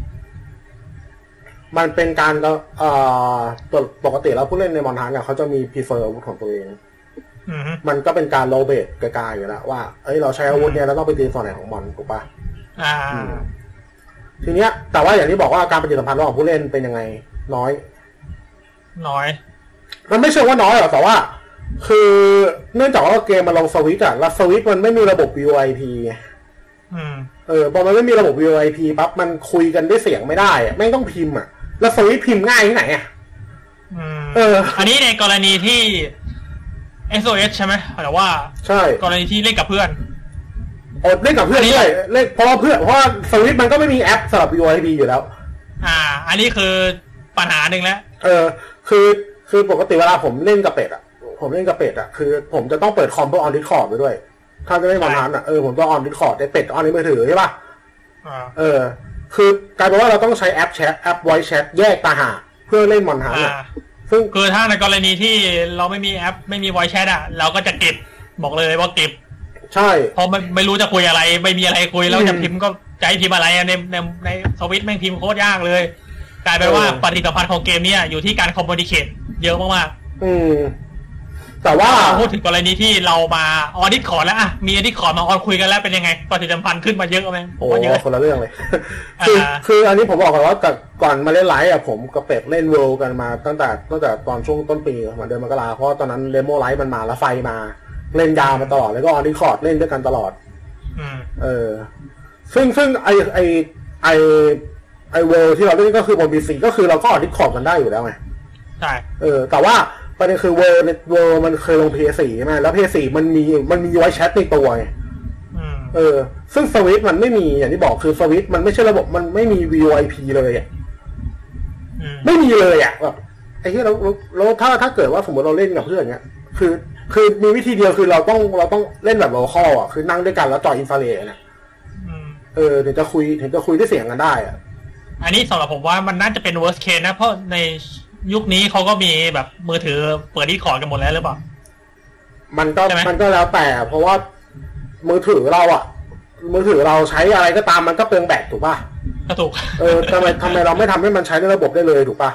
มันเป็นการเอ่อปกติแล้วผู้เล่นในมอนฮันเนี่ยเขาจะมีพรีเฟอร์อาวุธของตัวเองมันก็เป็นการโลเบตไกลๆอยู่แล้วว่าเอ้ยเราใช้อาวุธเนี่ยเราต้องไปตีส่วนไหนของมันถูกป่ะอ่าทีเนี้ยแต่ว่าอย่างที่บอกว่าการปฏิสัมพันธ์ระหว่างผู้เล่นเป็นยังไงน้อยน้อยมันไม่เชิงว่าน้อยหรอกแต่ว่าคือเนื่องจากว่าเกมมันลงสวิตช์อ่ะแล้วสวิตช์มันไม่มีระบบ วี โอ ไอ พี ไงเออพอมันไม่มีระบบ วี โอ ไอ พี ปั๊บมันคุยกันด้วยเสียงไม่ได้อ่ะไม่ต้องพิมพ์อ่ะแล้วสวิตช์พิมพ์ง่ายที่ไหนอ่ะเอออันนี้ในกรณีที่ เอส โอ เอส ใช่ไหมแต่ว่าใช่กรณีที่เล่นกับเพื่อนโอ้เล่นกับเพื่อนด้วยเล่นเพราะว่าเพื่อนเพราะว่าสวิตช์มันก็ไม่มีแอปสำหรับ วี โอ ไอ พี อยู่แล้วอ่าอันนี้คือปัญหาหนึ่งแล้วเออคือคือปกติเวลาผมเล่นกับเป็ดอ่ะผมเล่นกับเป็ดอ่ะคือผมจะต้องเปิดคอมเพื่อออนดิสคอร์ดไปด้วยถ้าจะไม่มานานอ่ะเออผมต้องออนดิสคอร์ดในเป็ดออนในมือถือใช่ป่ะเออคือกลายเป็นว่าเราต้องใช้แอปแชทแอป voice chat แยกต่างหากเพื่อเล่นมอนฮันอ่ะซึ่งคือถ้าในกรณีที่เราไม่มีแอปไม่มี voice chat อ่ะเราก็จะเก็บบอกเลยว่าเก็บใช่เพราะมันไม่รู้จะคุยอะไรไม่มีอะไรคุยแล้วจะพิมพ์ก็ใจพิมพ์อะไรในในในสวิตช์แม่งพิมพ์โคตรยากเลยกลายเป็นว่าปฏิสัมพันธ์ของเกมนี้อยู่ที่การคอมมูนิเคชเยอะมากๆอืมแต่ว่าพูดถึงกรณีที่เรามาออดิสคอร์ดแล้วอ่ะมีออดิสคอร์ดมาออนคุยกันแล้วเป็นยังไงปฏิสัมพันธ์ขึ้นมาเยอะไหมโอ้คนละเรื่องเลยคือคืออันนี้ผมบอกก่อนว่าแต่ก่อนมาเล่นไลฟ์อ่ะผมกับเป็ดเล่นเวิลด์กันมาตั้งแต่ตั้งแต่ตอนช่วงต้นปีเหมือนเดือนมกราเพราะตอนนั้นเดโมไลฟ์มันมาแล้วไฟมาเล่นยาวมาตลอดแล้วก็ออดิสคอร์ดเล่นด้วยกันตลอดเออซึ่งซึ่งไอไอไอไอเวิลด์ที่เราเล่นก็คือบน พี ซี ก็คือเราก็ออดิสคอร์ดกันได้อยู่แล้วไงใช่เออแต่ว่าประเด็นคือเวอร์เวอร์มันเคยลง พี เอส โฟร์ ใช่ไหมแล้ว พี เอส โฟร์ มันมีมันมีไว้แชทในตัวไงเออซึ่งสวิตช์มันไม่มีอย่างที่บอกคือสวิตช์มันไม่ใช่ระบบมันไม่มี วี โอ ไอ พี เลยอ่ะไม่มีเลยอ่ะแบบไอ้ที่เราเราถ้าถ้าเกิดว่าสมมติเราเล่นกับเพื่อนเงี้ยคือคือมีวิธีเดียวคือเราต้องเราต้องเล่นแบบโลคอลอ่ะคือนั่งด้วยกันแล้วจอยอินฟราเรดนะเออถึงจะคุยถึงจะคุยได้เสียงกันได้อ่ะอันนี้สำหรับผมว่ามันน่าจะเป็น worst case นะเพราะในยุคนี้เขาก็มีแบบมือถือเปิดดิสคอร์ดกันหมดแล้วหรือเปล่ามันก็มันก็แล้วแต่เพราะว่ามือถือเราอ่ะมือถือเราใช้อะไรก็ตามมันก็เปลืองแบตถูกป่ะก็ถูกเออทำไมทำไมเราไม่ทำให้มันใช้ในระบบได้เลยถูกป่ะ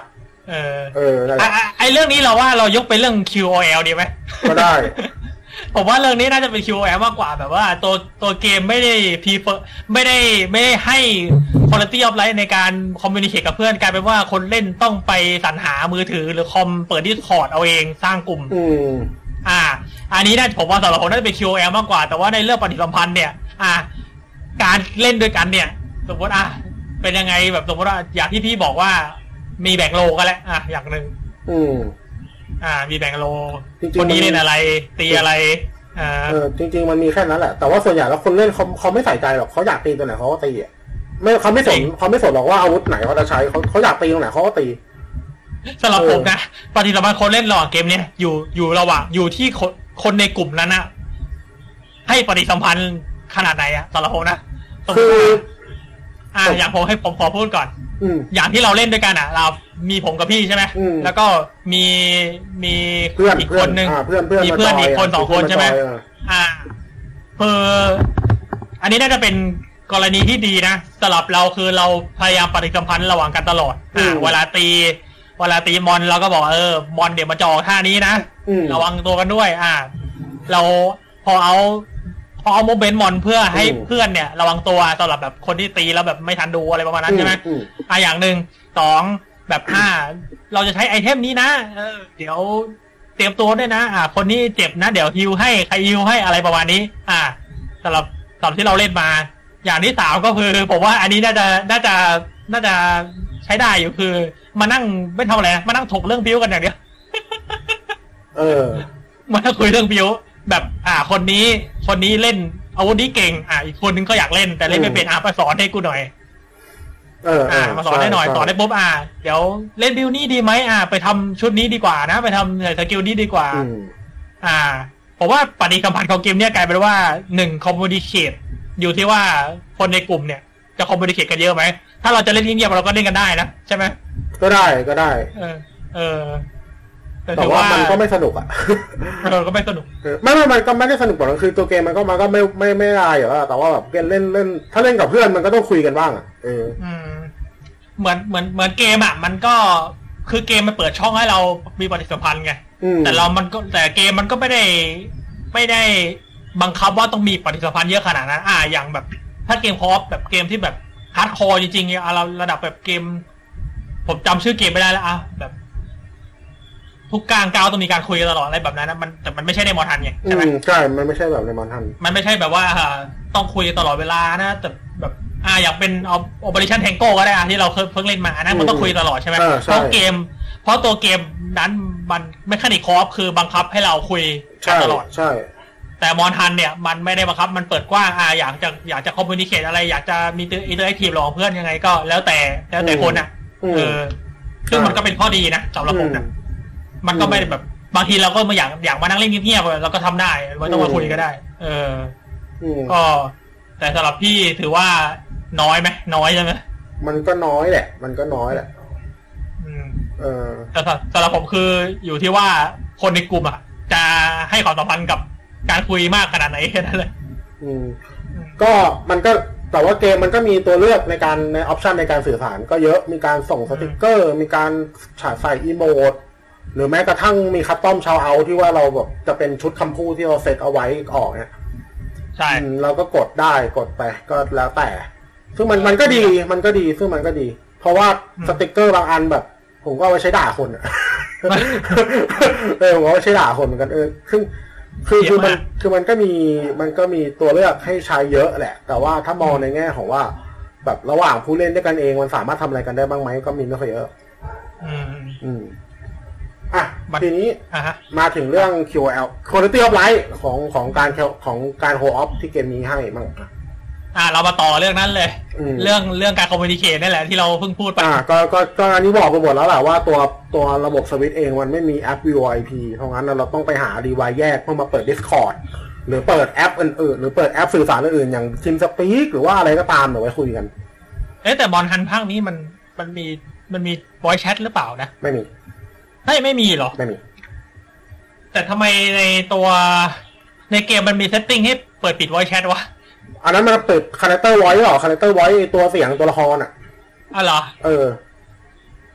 เออเออไอเรื่องนี้เราว่าเรายกไปเรื่อง คิว โอ แอล ดีไหมก็ได้ผมว่าเรื่องนี้น่าจะเป็น คิว โอ แอล มากกว่าแบบว่าตัวตัวเกมไม่ได้พีเฟอร์ไม่ได้ไม่ได้ให้ quality of life ในการ communicate กับเพื่อนกลายเป็นว่าคนเล่นต้องไปสรรหามือถือหรือคอมเปิด Discord เอาเองสร้างกลุ่มอืมอ่าอันนี้น่าผมว่าสำหรับผมน่าจะเป็น คิว โอ แอล มากกว่าแต่ว่าในเรื่องปฏิสัมพันธ์เนี่ยอ่าการเล่นด้วยกันเนี่ยสมมติอ่ะเป็นยังไงแบบสมมติว่าอย่างที่พี่บอกว่ามีแบ่งโลก็แล้วอ่ะอย่างนึงอืมอ่ามีแบ่งโลคนนี้เล่นอะไรตีอะไรอ่าเออจริงๆมันมีแค่นั้นแหละแต่ว่าส่วนใหญ่แล้วคนเล่นเขาเขาไม่ใส่ใจหรอกเขาอยากตีตัวไหนเขาก็ตีอ่ะไม่เขาไม่สนเขาไม่สนหรอกว่าอาวุธไหนเขาจะใช้เขาเขาอยากตีตรงไหนเขาก็ตีสำหรับผมนะปฏิสัมพันธ์คนเล่นระหว่างเกมเนี้ยอยู่อยู่ระหว่างอยู่ที่คนคนในกลุ่มนั้นนะให้ปฏิสัมพันธ์ขนาดไหนอะสำหรับผมนะคืออ่าอย่างผมให้ผมขอพูดก่อนอย่างที่เราเล่นด้วยกันอ่ะเรามีผมกับพี่ใช่ไหมแล้วก็มีมีอีกคนนึงมีเพื่อนอีกคนสองคนใช่ไหมอ่าคืออันนี้น่าจะเป็นกรณีที่ดีนะสำหรับเราคือเราพยายามปฏิสัมพันธ์ระหว่างกันตลอดอ่าเวลาตีเวลาตีมอนเราก็บอกเออมอนเดี๋ยวมาจ่อท่านี้นะระวังตัวกันด้วยอ่าเราพอเอาพอเอาโมเมนต์มอนเพื่อให้เพื่อนเนี่ยระวังตัวสำหรับแบบคนที่ตีแล้วแบบไม่ทันดูอะไรประมาณนั้นใช่ไหมอ่าอย่างหนึ่งสองแบบห้าเราจะใช้ไอเทมนี้นะเออเดี๋ยวเตรียมตัวด้วยนะอ่าคนนี้เจ็บนะเดี๋ยวฮิวให้ใครฮิวให้อะไรประมาณนี้อ่าสำหรับสำหรับที่เราเล่นมาอย่างที่สามก็คือผมว่าอันนี้น่าจะน่าจะน่าจะใช้ได้อยู่คือมานั่งไม่ทำอะไรมานั่งถกเรื่องบิวกันอย่างเดียวเออมานั่งคุยเรื่องบิวแบบอ่าคนนี้คนนี้เล่นอาวุธนี้เก่งอ่าอีกคนนึงก็อยากเล่นแต่เล่นไม่เป็นอ่ามาสอนให้กูหน่อยเอออ่ามาสอนให้หน่อยสอนให้ปุ๊บอ่าเดี๋ยวเล่นบิวนี้ดีไหมอ่าไปทำชุดนี้ดีกว่านะไปทำสกิลนี้ดีกว่าอ่าผมว่าปฏิสัมพันธ์ของเกมเนี้ยกลายเป็นว่าหนึ่งคอมมูนิเคตอยู่ที่ว่าคนในกลุ่มเนี่ยจะคอมมูนิเคตกันเยอะไหมถ้าเราจะเล่นเงียบๆเราก็เล่นกันได้นะใช่ไหมก็ได้ก็ได้เออเออแต่ว่ามันก็ไม่สนุกอ่ะเออก็ไม่สนุกไม่ไม่มันก็ไม่ได้สนุกหรอกคือตัวเกมมันก็มันก็ไม่ไม่ไม่ได้หรอกแต่ว่าแบบเล่นเล่นเล่นถ้าเล่นกับเพื่อนมันก็ต้องคุยกันบ้างอ่ะเอออืมเหมือนเหมือนเหมือนเกมอ่ะมันก็คือเกมมันเปิดช่องให้เรามีปฏิสัมพันธ์ไงแต่เรามันก็แต่เกมมันก็ไม่ได้ไม่ได้บังคับว่าต้องมีปฏิสัมพันธ์เยอะขนาดนั้นอ่าอย่างแบบถ้าเกมคอฟแบบเกมที่แบบฮาร์ดคอร์จริงๆเนี่ยเราระดับแบบเกมผมจำชื่อเกมไม่ได้แล้วอ่ะแบบทุกกลางก้าวต้องมีการคุยกันตลอดอะไรแบบนั้นนะมันแต่มันไม่ใช่ในมอทันไงใช่ไหมใช่มันไม่ใช่แบบในมอทันมันไม่ใช่แบบว่าต้องคุยตลอดเวลานะแต่แบบอ่าอยากเป็นเอา Operation Tango ก็ได้อ่ะที่เราเพิ่งเล่นมานะมันต้องคุยตลอดใช่ไหมเพราะเกมเพราะตัวเกมนั้นมันไม่คานิคอฟคือบังคับให้เราคุยกันตลอดใช่แต่มอนทันเนี่ยมันไม่ได้บังคับมันเปิดกว้างอ่าอยากจะอยากจะคอมมูนิเคตอะไรอยากจะมีอินเตอร์แอคทีฟระหว่างเพื่อนยังไงก็แล้วแต่แล้วแต่คนอ่ะเออซึ่งมันก็เป็นข้อดีนะสำหรับผมนะมันก็ไม่แบบบางทีเราก็มาอยากอยากมานั่งเล่นเงียบๆเราก็ทำได้ไม่ต้องมาคุยก็ได้เออก็แต่สำหรับพี่ถือว่าน้อยไหมน้อยใช่ไหมมันก็น้อยแหละมันก็น้อยแหละเออแต่สำหรับผมคืออยู่ที่ว่าคนในกลุ่มอ่ะจะให้ความสัมพันธ์กับการคุยมากขนาดไหนแค่นั้นเลยอืมก็มันก็แต่ว่าเกมมันก็มีตัวเลือกในการในออปชันในการสื่อสารก็เยอะมีการส่งสติกเกอร์มีการฉายใส่อีโมดหรือแม้กระทั่งมีคัสตอมชาวเอาที่ว่าเราแบบจะเป็นชุดคำพูดที่เราเซตเอาไว้ออกเนี่ยใช่เราก็กดได้กดไปก็แล้วแต่ซึ่งมันมันก็ดีมันก็ดีซึ่งมันก็ดีเพราะว่าสติกเกอร์บางอันแบบผมก็เอาไว้ใช้ด่าคนอ่ะเออผมก็ใช้ด่าคนเหมือนกันเออซึ่งคือคือมันคือมันก็มีมันก็มีตัวเลือกให้ใช้เยอะแหละแต่ว่าถ้ามองในแง่ของว่าแบบระหว่างผู้เล่นด้วยกันเองมันสามารถทำอะไรกันได้บ้างไหมก็มีไม่ค่อยเยอะอืมอืมอ่ะทีนี้มาถึงเรื่อง คิว โอ แอลQuality of Life ของของการของการโฮออฟที่เกมนี้ให้มั่งอ่ะเรามาต่อเรื่องนั้นเลยเรื่องเรื่องการคอมมูนิเคชนี่แหละที่เราเพิ่งพูดไปอ่าก็ก็ก็อันนี้บอกไปหมดแล้วแหละว่าตัวตัวระบบสวิตช์เองมันไม่มีแอป วี โอ ไอ พี เพราะงั้นเราต้องไปหา ดีไวซ์ แยกเพื่อมาเปิด Discord หรือเปิดแอปอื่นๆหรือเปิดแอปสื่อสารอื่นๆอย่าง TeamSpeak หรือว่าอะไรก็ตามเดี๋ยวไว้คุยกันเอ๊ะแต่บอลฮันภาคนี้มันมันมีมันมี voice chat หรือเปล่านะไม่มีเฮ้ยไม่มีหรอไม่มีแต่ทำไมในตัวในเกมมันมีเซตติ้งให้เปิดปิด voice chat วะอันนั้นมันเปิด character voice หรอ character voice ตัวเสียงตัวละครอ่ะอ๋อเหรอเออเ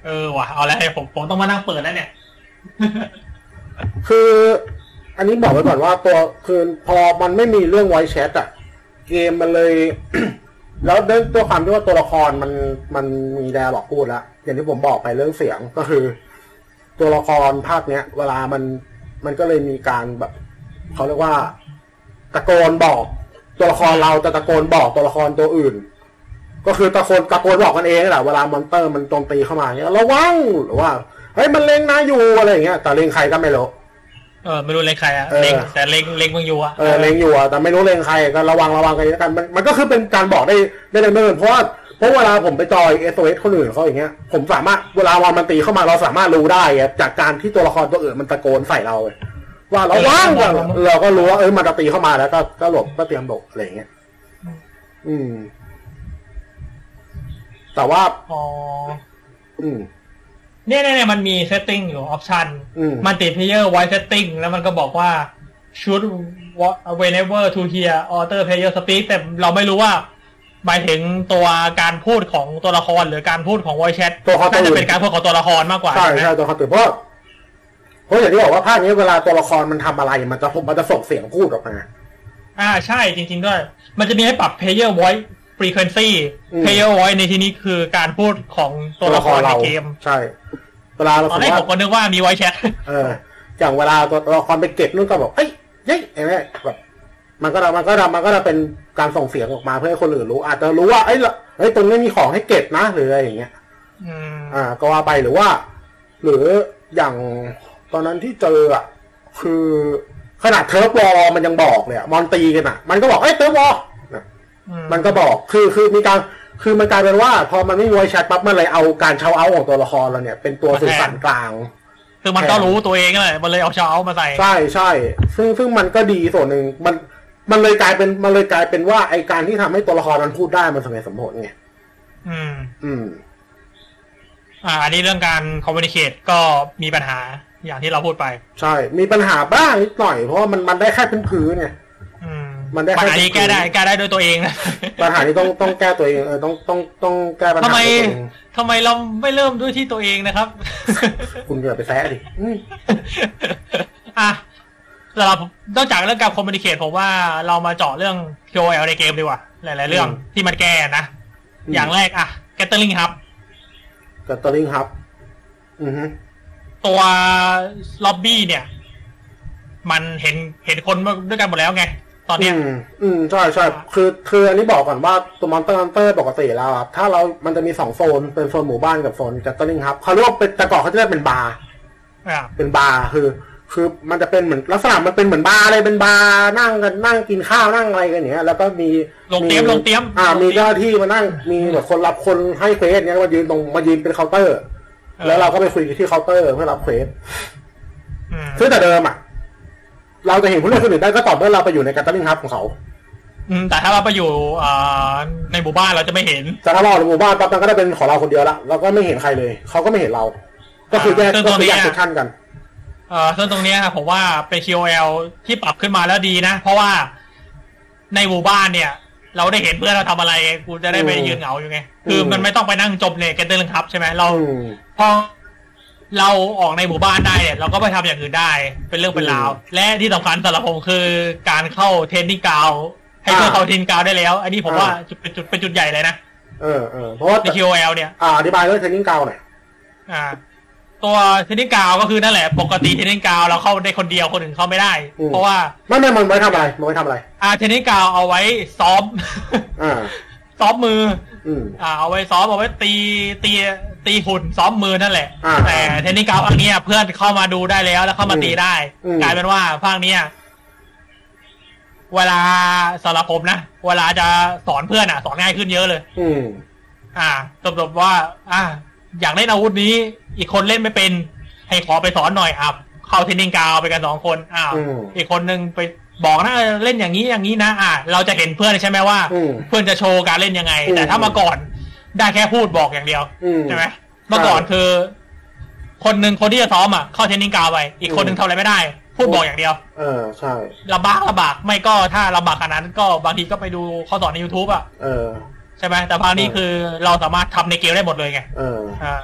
เออว่ะเอาแล้วผมผมต้องมานั่งเปิดแล้วเนี่ยคืออันนี้บอกไว้ก่อนว่าตัวคือพอมันไม่มีเรื่องไวแชทอะเกมมันเลย แล้วด้วยตัวความที่ว่าตัวละครมันมันมีแดร์ล็อกพูดแล้วอย่างที่ผมบอกไปเรื่องเสียงก็คือ ตัวละครภาคเนี้ย เวลามันมันก็เลยมีการแบบเขาเรียกว่าตะโกนบอกตัวละครเราจะตะโกนบอกตัวละครตัวอื่น ก็คือตะโกนตะโกนบอกกันเองแหละเวลามอนเตอร์มันโจมตีเข้ามาเงี้ยระวังหรือว่าเฮ้ยมันเล็งนายอยู่อะไรอย่างเงี้ยแต่เล็งใครก็ไม่รู้เออไม่รู้เล็งใครอ่ะเล็งแต่เล็งเล็งมึงอยู่อ่ะเออเล็งอยู่อ่ะแต่ไม่รู้เล็งใครก็ระวังระวังกันแล้วกันมันมันก็คือเป็นการบอกได้ได้เลยไม่เหมือนเพราะว่าเพราะเวลาผมไปจอยเอสโอเอสคนอื่นเขาอย่างเงี้ยผมสามารถเวลาวันมันตีเข้ามาเราสามารถรู้ได้จากการที่ตัวละครตัวอื่นมันตะโกนใส่เราว่าระวังเราก็รู้ว่าเออมันจะตีเข้ามาแล้วก็ก็หลบก็เตรียมหลบอะไรอย่างเงี้ยอืมแต่ว่าอ๋ออืมเนี่ยเนี่ยมันมีเซตติ้งอยู่ออปชันมันติด player voice setting แล้วมันก็บอกว่า should whenever to hear other player speak แต่เราไม่รู้ว่าหมายถึงตัวการพูดของตัวละครหรือการพูดของ voice chat น่าจะเป็นการพูดของตัวละครมากกว่าใช่ใช่ตัวละครเพราะเพราะอย่างที่บอกว่าภาคนี้เวลาตัวละครมันทำอะไรมันจะมันจะส่งเสียงพูดออกมาอ่าใช่จริงๆด้วยมันจะมีให้ปรับ player voice frequency player voice ในที่นี้คือการพูดของตัวละครในเกมใช่เวลาเราตอนแรกผมก็นึกว่ามี voice chat เอออย่างเวลาตัวละครไปเก็บนู่นก็บอกเอ้ยเย้ไอ้แม่แบบมันก็มันก็มันก็จะเป็นการส่งเสียงออกมาเพื่อให้คนอื่นรู้อาจจะรู้ว่าเอ้ยเฮ้ยตรงนี้มีของให้เก็บนะหรืออะไรอย่างเงี้ยอ่าก็ว่าไปหรือว่าหรืออย่างตอนนั้นที่เจออ่ะคือขนาดเทิร์ฟวอลมันยังบอกเลยมอนตีกันอ่ะมันก็บอกเอ้ยเทิร์ฟวอลมันก็บอกคือคือมีการคือมันกลายเป็นว่าพอมันไม่มีไวแชทปั๊บมันเลยเอาการเชาเอาของตัวละครเราเนี่ยเป็นตัวสื่อสารกลางคือมันก็รู้ตัวเองเลยมันเลยเอาเชาเอามาใส่ใช่ใช่ซึ่งซึ่งมันก็ดีส่วนหนึ่งมันมันเลยกลายเป็นมันเลยกลายเป็นว่าไอการที่ทำให้ตัวละครมันพูดได้มันสมเหตุสมผลไงอืมอืมอ่าอันนี้เรื่องการคอมมิวนิเคตก็มีปัญหาอย่างที่เราพูดไปใช่มีปัญหาบ้างนิดหน่อยเพราะว่ามันมันได้แค่พื้นๆไงมันได้ปัญหานี้แก้ได้แก้ได้ด้วยตัวเองนะปัญหานี้ต้องต้องแก้ตัวเองเออต้องต้องต้องแก้ปัญหาทำไมทำไมเราไม่เริ่มด้วยที่ตัวเองนะครับคุณอย่าไปแซะดิอ่ะสำหรับนอกจากเรื่องการคอมมิวนิเคตผมว่าเรามาเจาะเรื่อง คิว โอ แอล ในเกมดีกว่าหลายๆเรื่องที่มันแก้นะอย่างแรกอ่ะ Gathering Hub Gathering Hub อือฮึตัวล็อบบี้เนี่ยมันเห็นเห็นคนด้วยกันหมดแล้วไงตอนเนี้ยอืมอืมใช่ใช่คือคืออันนี้บอกก่อนว่าตัวมอนเตอร์ฮันเตอร์ปกติแล้วครับถ้าเรามันจะมีสองโซนเป็นโซนหมู่บ้านกับโซนGathering Hubเขาเรียกว่าเป็นแต่ก่อนเขาจะเรียกเป็นบาร์เป็นบาร์คือคือมันจะเป็นเหมือนลักษณะมันเป็นเหมือนบาร์เลยเป็นบาร์นั่งกันนั่งกินข้าวนั่งอะไรกันอย่างเงี้ยแล้วก็มีลงเตรียมลงเตรียมอ่ามีเจ้าหน้าที่มานั่งมีแบบคนรับคนให้เควสเนี้ยมายืนตรงมายืนเป็นเคาน์เตอร์แล้วเราก็ไปคุยที่เคาน์เตอร์เพื่อรับเควสซึ่งแต่เดิมอ่ะเราจะเห็นผู้เล่นคนอื่นได้ก็ต่อเมื่อเราไปอยู่ในGathering Hubของเขาอืมแต่ถ้าเราไปอยู่อ่าในหมู่บ้านเราจะไม่เห็นแต่ถ้าเราในหมู่บ้านปั๊บมันก็ได้เป็นของเราคนเดียวละเราก็ไม่เห็นใครเลยเขาก็ไม่เห็นเราก็คือแยกก็คือแยกเซสชั่นกันเอ่อซึ่งตรงนี้ครับผมว่าเป็น คิว โอ แอล ที่ปรับขึ้นมาแล้วดีนะเพราะว่าในหมู่บ้านเนี่ยเราได้เห็นเพื่อนเราทำอะไรกูจะได้ไปยืนเหงาอยู่ไงคือมันไม่ต้องไปนั่งจมในGathering Hubใช่ไหมเราพอเราออกในหมู่บ้านได้เนี่ยเราก็ไปทำอย่างอื่นได้เป็นเรื่องเป็นราวและที่สำคัญสำหรับผมคือการเข้าเทรนนิ่งกราวด์ให้เพื่อนเข้าเทรนนิ่งกราวด์ได้แล้วอันนี้ผมว่าเป็นจุดเป็นจุดใหญ่เลยนะเออเออเพราะว่าในคิว โอ แอล เนี่ยอ่าอธิบายเรื่องเทรนนิ่งกราวด์หน่อยอ่าตัวเทรนนิ่งกราวด์ก็คือนั่นแหละปกติเทรนนิ่งกราวด์เราเข้าได้คนเดียวคนอื่นเข้าไม่ได้เพราะว่าไม่ไม่มันไว้ทำอะไรมันไว้ทำอะไรอ่าเทรนนิ่งกราวด์เอาไว้ซ้อมอ่าซ้อมมืออ่าเอาไว้ซ้อมเอาไว้ตีตีตีหุ่นซ้อมมือนั่นแหละแต่เทนนิสกราวด์ภาคนี้เพื่อนเข้ามาดูได้แล้วแล้วเข้ามาตีได้กลายเป็นว่าภาคนี้เวลาสำหรับผมนะเวลาจะสอนเพื่อนอ่ะสอนง่ายขึ้นเยอะเลยอืมอ่าสมมติว่าอ่าอยากเล่นอาวุธนี้อีกคนเล่นไม่เป็นให้ขอไปสอนหน่อยอ่ะเข้าเทนนิสกราวด์ไปกันสองคนอ้าวอีกคนนึงไปบอกนะเล่นอย่างนี้อย่างนี้นะอ่ะเราจะเห็นเพื่อนใช่ไหมว่าเพื่อนจะโชว์การเล่นยังไงแต่ถ้ามาก่อนได้แค่พูดบอกอย่างเดียวใช่ไหมเมื่อก่อนคือคนหนึ่งคนที่จะซ้อมอ่ะเข้าเทรนนิ่งกราวด์ไปอีกคนหนึ่งทำอะไรไม่ได้พูดบอกอย่างเดียวเออใช่ลำบากลำบากไม่ก็ถ้าลำบากขนาดนั้นก็บางทีก็ไปดูข้อสอนใน YouTube อ่ะเออใช่ไหมแต่ภาคนี้คือเราสามารถทำในเกมได้หมดเลยไงเอออ่า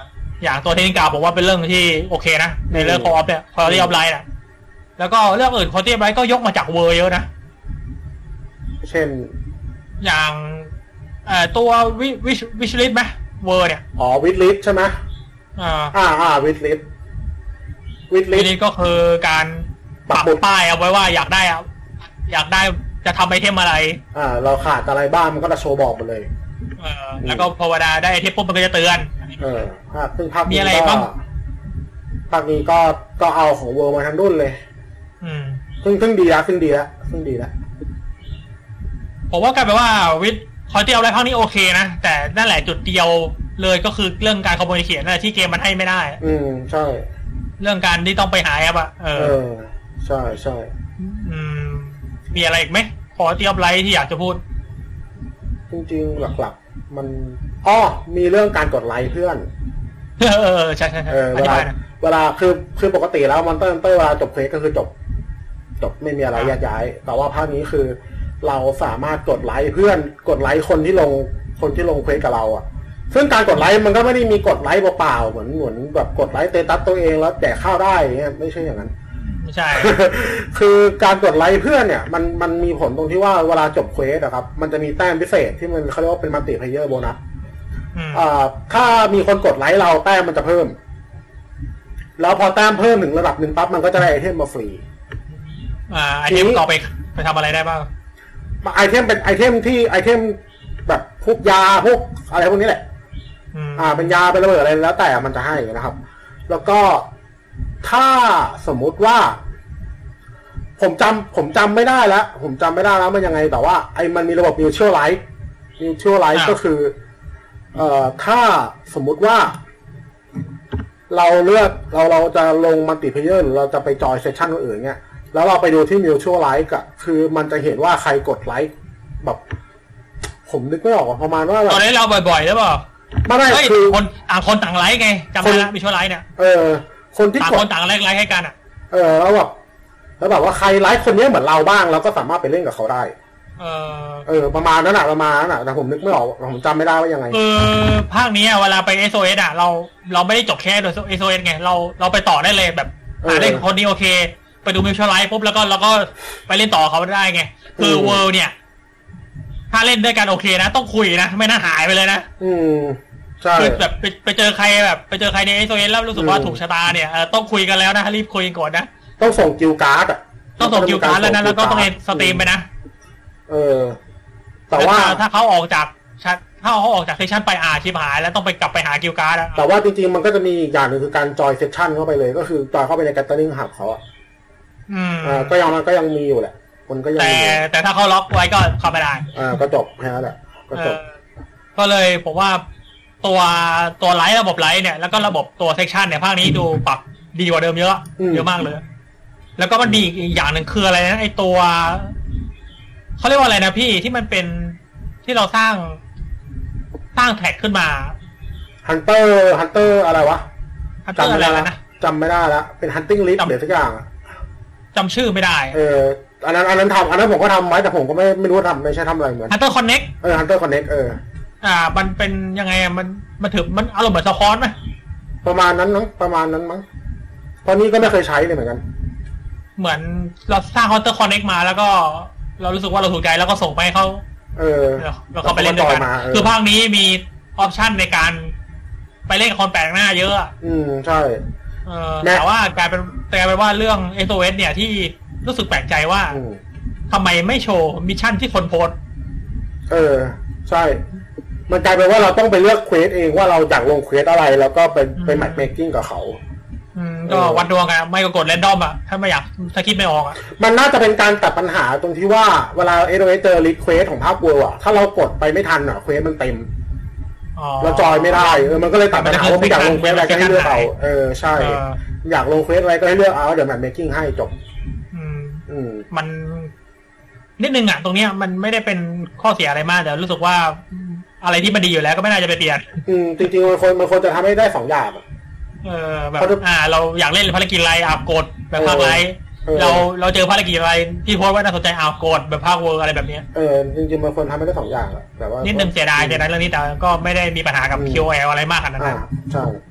อย่างตัวเทคนิคผมว่าเป็นเรื่องที่โอเคนะในเรื่องคออฟเนี่ยคอร์ตี้ออฟไลน์นะแล้วก็เรื่องอื่นคอร์ตี้ออฟไลน์ก็ยกมาจากเวอร์เยอะนะเช่นอย่างเอ่อตัววิวิวิชลิสไหมเวอร์เนี่ยอ๋อวิชลิสใช่ไหมอ่าอ่าอ่าวิชลิสวิชลิสก็คือการปักป้ายเอาไว้ว่าอยากได้อยากได้จะทำไอเทมอะไรอ่าเราขาดอะไรบ้างมันก็จะโชว์บอกมาเลยเออแล้วก็พอเวลาได้ไอเทมปุ๊บมันก็จะเตือนเออภาคซึ่งภาคนี้ก็ภาคนี้ก็ก็เอาของเวอร์มาทั้งรุ่นเลยอืมซึ่งซึ่งดีละซึ่งดีละซึ่งดีละผมว่ากลายเป็นว่าวิทคอยเตียวอะไรภาคนี้โอเคนะแต่นั่นแหละจุดเดียวเลยก็คือเรื่องการคอมมูนิเคชนั่นแหละที่เกมมันให้ไม่ได้อืมใช่เรื่องการที่ต้องไปหาแอปอ่ะเออใช่ใช่อืมมีอะไรอีกไหมขอเตียวไลท์ที่อยากจะพูดจริงๆหลักๆมันอ้อมีเรื่องการกดไลค์เพื่อนเออใช่ใช่เออเวลาเวลาคือคือปกติแล้วมอนเตอร์ฮันเตอร์เวลาจบเควสก็คือจบจบไม่มีอะไรแยกย้ายแต่ว่าภาคนี้คือเราสามารถกดไลค์เพื่อนกดไลค์คนที่ลงคนที่ลงเควสกับเราอ่ะซึ่งการกดไลค์มันก็ไม่ได้มีกดไลค์เปล่าๆเหมือนเหมือนแบบกดไลค์เตตัสตัวเองแล้วแจกข้าวได้เงี้ยไม่ใช่อย่างนั้นไม่ใช่คือการกดไลค์เพื่อนเนี่ยมันมันมีผลตรงที่ว่าเวลาจบเควสอะครับมันจะมีแต้มพิเศษที่มันเขาเรียกว่าเป็นมัลติเพลเยอร์โบนัสอ่าถ้ามีคนกดไลค์เราแต้มมันจะเพิ่มแล้วพอแต้มเพิ่มถึงระดับหนึ่งปั๊บมันก็จะได้ไอเทมมาฟรีอ่าไอเทมต่อไปไปทำอะไรได้บ้างไอเทมเป็นไอเทมที่ไอเทมแบบพวกยาพวกอะไรพวกนี้แหละอ่าเป็นยาเป็นระเบิดอะไรแล้วแต่มันจะให้นะครับแล้วก็ถ้าสมมุติว่าผมจำผมจำไม่ได้แล้วผมจำไม่ได้แล้วมันยังไงแต่ว่าไอ้มันมีระบบ mutual light mutual light ก็คือเอ่อถ้าสมมุติว่าเราเลือกเราเราจะลงมัลติเพลเยอร์หรือเราจะไปจอยเซสชั่นอื่นๆเนี่ยแล้วเราไปดูที่ mutual light ก็คือมันจะเห็นว่าใครกดไลค์แบบผมนึกไม่ออกประมาณว่าตอนนี้เราบ่อยๆหรือเปล่าไม่ไม่คือคนต่างคนต่างไลค์ไงจำได้ละ mutual light เนี่ยเออคนที่ต่างคนต่างไลค์ไลค์ให้กันอ่ะเออแล้วแบบแล้วแบบว่าใครไลค์คนนี้เหมือนเราบ้างเราก็สามารถไปเล่นกับเขาได้เออเออประมาณนั้นแหละประมาณนั้นแหละแต่ผมนึกไม่ออกผมจำไม่ได้ว่ายังไงเออภาคนี้เวลาไป เอส โอ เอส อ่ะเราเราไม่ได้จบแค่โดย เอส โอ เอส ไงเราเราไปต่อได้เลยแบบหาเล่นคนนี้โอเคไปดูมิวชั่นไลฟ์ปุ๊บแล้วก็เราก็ไปเล่นต่อเขาได้ไงคือเวิลด์เนี่ยถ้าเล่นด้วยกันโอเคนะต้องคุยนะไม่น่าหายไปเลยนะอืมใช่คือแบบไปไปเจอใครแบบไปเจอใครใน เอส โอ เอส แล้วรู้สึกว่าถูกชะตาเนี่ยต้องคุยกันแล้วนะรีบคุยก่อนนะต้องส่งกิลการ์ดอ่ะต้องส่งกิลการ์ดแล้วนะแล้วก็ต้องเล่นสตรีมไปนะเออแต่ว่าถ้าเขาออกจากถ้าเขาออกจากเซสชั่นไปอ่าชิบหายแล้วต้องไปกลับไปหากิลการ์ดแต่ว่าจริงๆมันก็จะมีอีกอย่างหนึ่งคือการจอยเซสชั่นเข้าไปเลยก็คือจอยเข้าไปในแกตเตอร์ลิงหับเขาอ่ะอืมอ่าก็ยังก็ยังมีอยู่แหละมันก็ยังแต่แต่ถ้าเขาล็อกไว้ก็เข้าไม่ได้อ่าก็จบแค่นั้นแหละก็จบก็เลยผมว่าตัวตัวไลท์ระบบไลท์เนี่ยแล้วก็ระบบตัวเซสชั่นเนี่ยภาคนี้ดูปรับดีกว่าเดิมเยอะเยอะมากเลยแล้วก็มันดีอีกอย่างหนึ่งคืออะไรนะไอตัวเขาเรียกว่าอะไรนะพี่ที่มันเป็นที่เราสร้างสร้างแท็กขึ้นมาฮันเตอร์ฮันเตอร์อะไรวะจำไม่ได้แล้วนะจำไม่ได้แล้วเป็นฮันติ้งลิสต์เดี๋ยวสักอย่างจำชื่อไม่ได้เอออันนั้นอันนั้นทำอันนั้นผมก็ทำไว้แต่ผมก็ไม่ไม่รู้ว่าทำไม่ใช่ทำอะไรเหมือน Hunter Connect เออ Hunter Connect เอออ่ามันเป็นยังไงมันมันถือมันอารมณ์เหมือนสควอตไหมประมาณนั้นมั้งประมาณนั้นมั้งตอนนี้ก็ไม่เคยใช้เลยเหมือนกันเหมือนเราสร้าง Hunter Connect มาแล้วก็เรารู้สึกว่าเราถูกใจแล้วก็ส่งไปให้เขาเออแล้วเขาไปเล่นด้วยกันคือภาคนี้มีออปชั่นในการไปเล่นกับคนแปลกหน้าเยอะอืมใช่เออแต่ว่ากลายเป็นกลายเป็นว่าเรื่อง เอส โอ เอส เนี่ยที่รู้สึกแปลกใจว่าทำไมไม่โชว์มิชชั่นที่คนโพสเออใช่มันกลายเป็นว่าเราต้องไปเลือกเควสเองว่าเราอยากลงเควสอะไรแล้วก็ไปไปแมทเมคกิ้งกับเขาอืมก็วัดดวงกันไม่ก็กดแรนดอมอ่ะถ้าไม่อยากถ้าคิดไม่ออกอ่ะมันน่าจะเป็นการตัดปัญหาตรงที่ว่าเวลา เอส โอ เอส เจอรีเควสของภาคเวิลด์อ่ะถ้าเรากดไปไม่ทันอ่ะเควสมันเต็มเราจอยไม่ได้เออมันก็เลยตัดปัญหาว่าไม่อยากลงเควสอะไรก็ให้เลือกเอาเออใช่อยากลงเควสอะไรก็ให้เลือกเอาเดี๋ยวแมทเมคกิ้งให้จบอืมอืมมันนิดนึงอ่ะตรงเนี้ยมันไม่ได้เป็นข้อเสียอะไรมากแต่รู้สึกว่าอะไรที่มันดีอยู่แล้วก็ไม่น่าจะไปเปลี่ยนอืมจริงๆมันควรมันควรจะทำให้ได้สองอย่างเออแบบอ่าเราอยากเล่นภารกิจอะไรอ่ะกดแบบภาคไลท์เราเราเจอภารกิจอะไรที่โพสต์ว่าน่าสนใจอ่ะกดแบบภาคเวิร์อะไรแบบนี้เออจริงๆมันควรทำให้ได้สองอย่างแหละแต่ว่านิดนึงเสียดายเสียดายเรื่องนี้แต่ก็ไม่ได้มีปัญหากับ คิว แอล อะไรมากขนาดนั้นใช่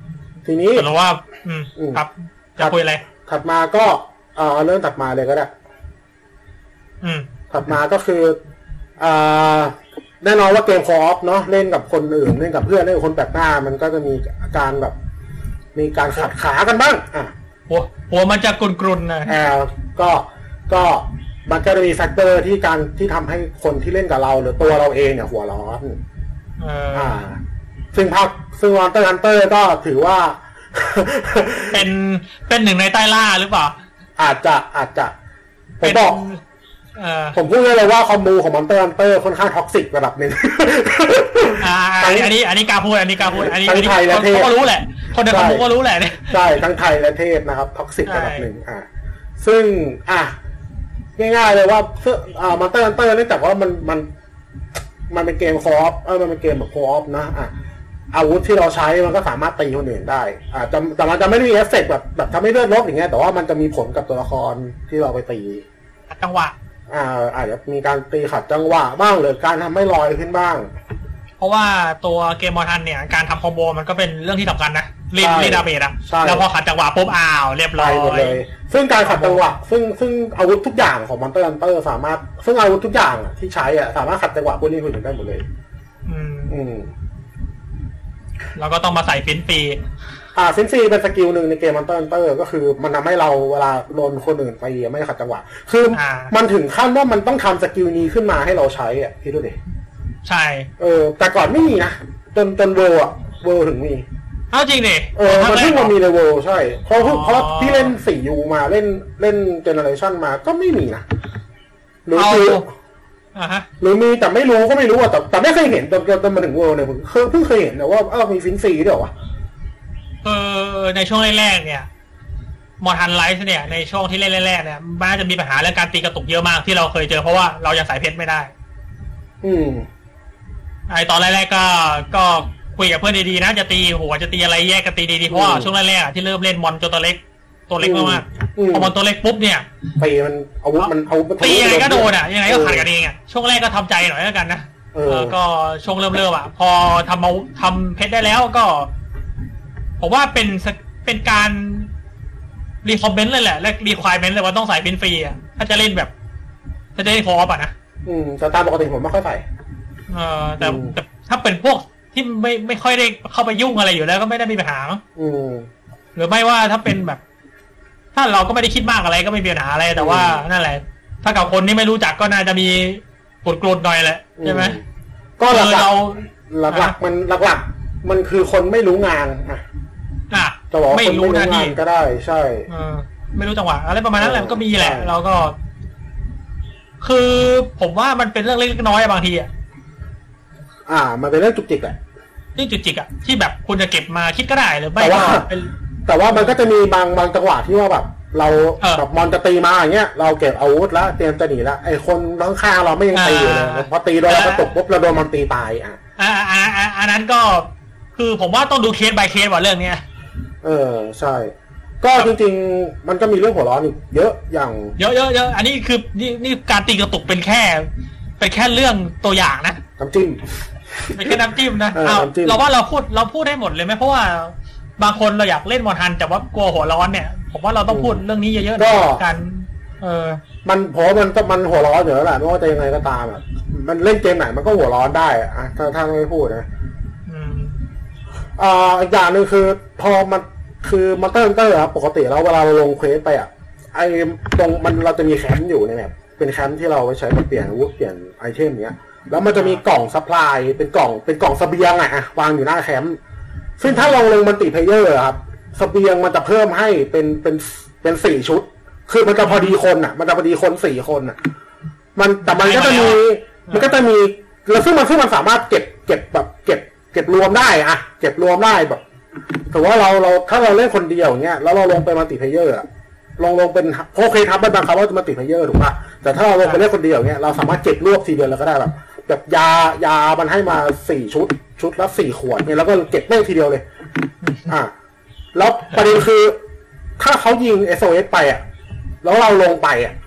ทีนี้แต่ว่าอืมครับจะคุยอะไรถัดมาก็เอ่อเรื่องถัดมาเลยก็ได้อืมถัดมาก็คืออ่าแน่นอนว่าเกมคออฟเนาะเล่นกับคนอื่นเล่นกับเพื่อนเล่นกับคนแปลกหน้ามันก็จะมีการแบบมีการขัดขากันบ้างอ่ะหัวหัวมันจะกรุนๆนะอ่าก็ก็มันก็จะมีแฟกเตอร์ที่การที่ทำให้คนที่เล่นกับเราหรือตัวเราเองเนี่ยหัวร้อนเอออ่าซึ่งภาคซึ่ง Monster Hunter ก็ถือว่าเป็นเป็นหนึ่งในใต้ล่าหรือเปล่าอาจจะอาจจะผมบอกเออผมพูดเลยว่าคอมมูของ Monster Hunter ค่อนข้างท็อกซิกระดับนึงอ่าอันนี้อันนี้กล้าพูดอันนี้กล้าพูดอันนี้คนเขาก็รู้แหละคนในคอมมูก็รู้แหละเนี่ยใช่ทั้งไทยและเทศนะครับท็อกซิกระดับนึงอ่าซึ่งอ่ะง่ายๆเลยว่าอ่า Monster Hunter เนื่องจากว่ามันมันมันเป็นเกมคออฟเออมันเป็นเกมแบบคออฟนะอ่ะอาวุธที่เราใช้มันก็สามารถตีคนอื่นได้อ่าแต่แต่มันจะไม่ได้มีเอฟเฟกต์แบบแบบทำให้เลือดลดอย่างเงี้ยแต่ว่ามันจะมีผลกับตัวละครที่เราไปตีจังหวะอ่าอาจจะมีการตีขัดจังหวะบ้างหรือการทำให้ลอยขึ้นบ้างเพราะว่าตัวเกมมอทันเนี่ยการทำคอมโบมันก็เป็นเรื่องที่สำคัญนะรีดรีดดาเมจอะแล้วพอขัดจังหวะปุ๊บอ้าวเรียบร้อยหมดเลยซึ่งการขัดจังหวะซึ่งซึ่งอาวุธทุกอย่างของ Monster Hunter สามารถซึ่งอาวุธทุกอย่างที่ใช้อ่ะสามารถขัดจังหวะพวกนี้คนอื่นได้หมดเลยอืมอืมแล้วก็ต้องมาใส่ฟินฟรีอ่าฟินฟรีเป็นสกิลหนึ่งในเกม Monster Hunter ก็คือมันทำให้เราเวลาโดนคนอื่นตีไม่ขัดจังหวะคือมันถึงขั้นว่ามันต้องทำสกิลนี้ขึ้นมาให้เราใช้อ่ะคิดดูดิใช่เออแต่ก่อนไม่มีนะจนจนเวิร์อ่ะเวิร์ถึงมีอ้าวจริงดิเออมันเพิ่งมามีในเวิร์ใช่เพราะเพราะที่เล่น สี่ ยู มาเล่นเล่นเจเนอเรชั่นมาก็ไม่มีนะหรือคืออ่าฮะหรือมีแต่ไม่รู้ก็ไม่รู้อ่ะแต่แต่ไม่เคยเห็นจนจนมาถึงเวิร์เนี่ยผมเพิ่งเคยเห็นนะว่าเออมีฟินฟรีด้วยวะเออในช่วงแรกๆเนี่ยมอทันไลฟ์เนี่ยในช่วงที่เล่นแรกๆเนี่ยมันจะมีปัญหาเรื่องการตีกระตุกเยอะมากที่เราเคยเจอเพราะว่าเรายังใส่เพชรไม่ได้อืมไอตอนแรกๆก็ก็คุยกับเพื่อนดีๆนะจะตีหัวจะตีอะไรแยกกันตีดีๆเพราะว่าช่วงแรกๆที่เริ่มเล่นมอนจนตัวเล็กตัวเล็กมากๆพอมอนตัวเล็กปุ๊บเนี่ยตีมันอาวุธมันเอาตียังไงก็โดนอ่ะยังไงก็ขัดกันเองอ่ะช่วงแรกก็ทำใจหน่อยแล้วกันนะเออก็ช่วงเริ่มๆอ่ะพอทำเอาทำเพชรได้แล้วก็ผมว่าเป็นเป็นการรีคอมเมนต์เลยแหละและรีควายเมนต์เลยว่าต้องใส่ฟินฟรีอ่ะถ้าจะเล่นแบบถ้าจะเล่นคอร์ปอ่ะนะอืมแต่ตามปกติผมไม่ค่อยใส่เออแต่แต่ถ้าเป็นพวกที่ไม่ไม่ค่อยได้เข้าไปยุ่งอะไรอยู่แล้วก็ไม่ได้มีปัญหาอืมหรือไม่ว่าถ้าเป็นแบบถ้าเราก็ไม่ได้คิดมากอะไรก็ไม่มีปัญหาอะไรแต่ว่านั่นแหละถ้ากับคนที่ไม่รู้จักก็น่าจะมีกดกรดหน่อยแหละใช่ไหมก็เราหลักๆมันหลักๆมันคือคนไม่รู้งานอ่ะอ่ะจะบอกไม่รู้หน้าที่ก็ได้ใช่เออไม่รู้จังหวะอะไรประมาณนั้นแหละก็มีแหละเราก็คือผมว่ามันเป็นเรื่องเล็กๆน้อยบางทีอ่ะอ่ามันเป็นเรื่องจุกจิกแหละเรื่องจุกจิกอ่ะที่แบบคุณจะเก็บมาคิดก็ได้หรือไม่แต่ว่าแต่ว่ามันก็จะมีบางบางจังหวะที่ว่าแบบเราแบบมอนจะตีมาอย่างเงี้ยเราเก็บอาวุธแล้วเตรียมจะหนีแล้วไอ้คนข้างๆเราไม่ยังตีเลยพอตีโดนเราก็ตกปุ๊บเราโดนมันตีตายอ่ะอ่าอ่าอ่าอันนั้นก็คือผมว่าต้องดูเคส by เคสว่าเรื่องเนี้ยเออใช่ก็จริงๆมันก็มีเรื่องหัวร้อนอีกเยอะอย่างเยอะเยอะเยอะอันนี้คือนี่นี่การตีกระตุกเป็นแค่เป็นแค่เรื่องตัวอย่างนะน้ำจิ้มเป็นแค่น้ำจิ้มนะเอาเราว่าเราพูดเราพูดได้หมดเลยไหมเพราะว่าบางคนเราอยากเล่นมอนทันแต่ว่ากลัวหัวร้อนเนี่ยผมว่าเราต้องพูดเรื่องนี้เยอะๆก็กันเออมันเพราะมันมันหัวร้อนอยู่แล้วแหละไม่ว่าจะยังไงก็ตามอ่ะมันเล่นเกมไหนมันก็หัวร้อนได้อ่ะถ้าถ้าไม่พูดนะอืมอ่าอีกอย่างนึงคือพอมันคือมอนเตอร์ฮันเตอร์ครับปกติแล้วเวลาเราลงเควสไปอ่ะไอ้ตรงมันเราจะมีแคมป์อยู่ในแบบเป็นแคมป์ที่เราไปใช้เปลี่ยนอาวุธเปลี่ยนไอเทมเนี้ยแล้วมันจะมีกล่องซัพพลายเป็นกล่องเป็นกล่องเสบียงอ่ะวางอยู่หน้าแคมป์ซึ่งถ้าลงลงมัลติเพลเยอร์ครับเสบียงมันจะเพิ่มให้เป็นเป็นเป็นสี่ชุดคือมันจะพอดีคนอ่ะมันจะพอดีคนสี่คนอ่ะมันแต่มันก็จะมีมันก็จะมีแล้วซึ่งมันซึ่งมันสามารถเก็บเก็บแบบเก็บเก็บรวมได้อ่ะเก็บรวมได้แบบถือว่าเราเราถ้าเราเล่นคนเดียวอย่างเงี้ยแล้วเราลงไปมัลติเพลเยอร์อ่ะลงลงเป็นโอเคครับมันบางครั้งว่าจะมัลติเพลเยอร์ถูกป่ะแต่ถ้าเราลงไปเล่นคนเดียวอย่างเงี้ยเราสามารถเก็บรวบทีเดียวแล้วก็ได้แบบแบบยายามันให้มาสี่ชุดชุดละสี่ขวดเนี่ยแล้วก็เก็บได้ทีเดียวเลยอ่าแล้วประเด็นคือถ้าเขายิง เอส โอ เอส ไปอ่ะแล้วเราลงไปอ่ะ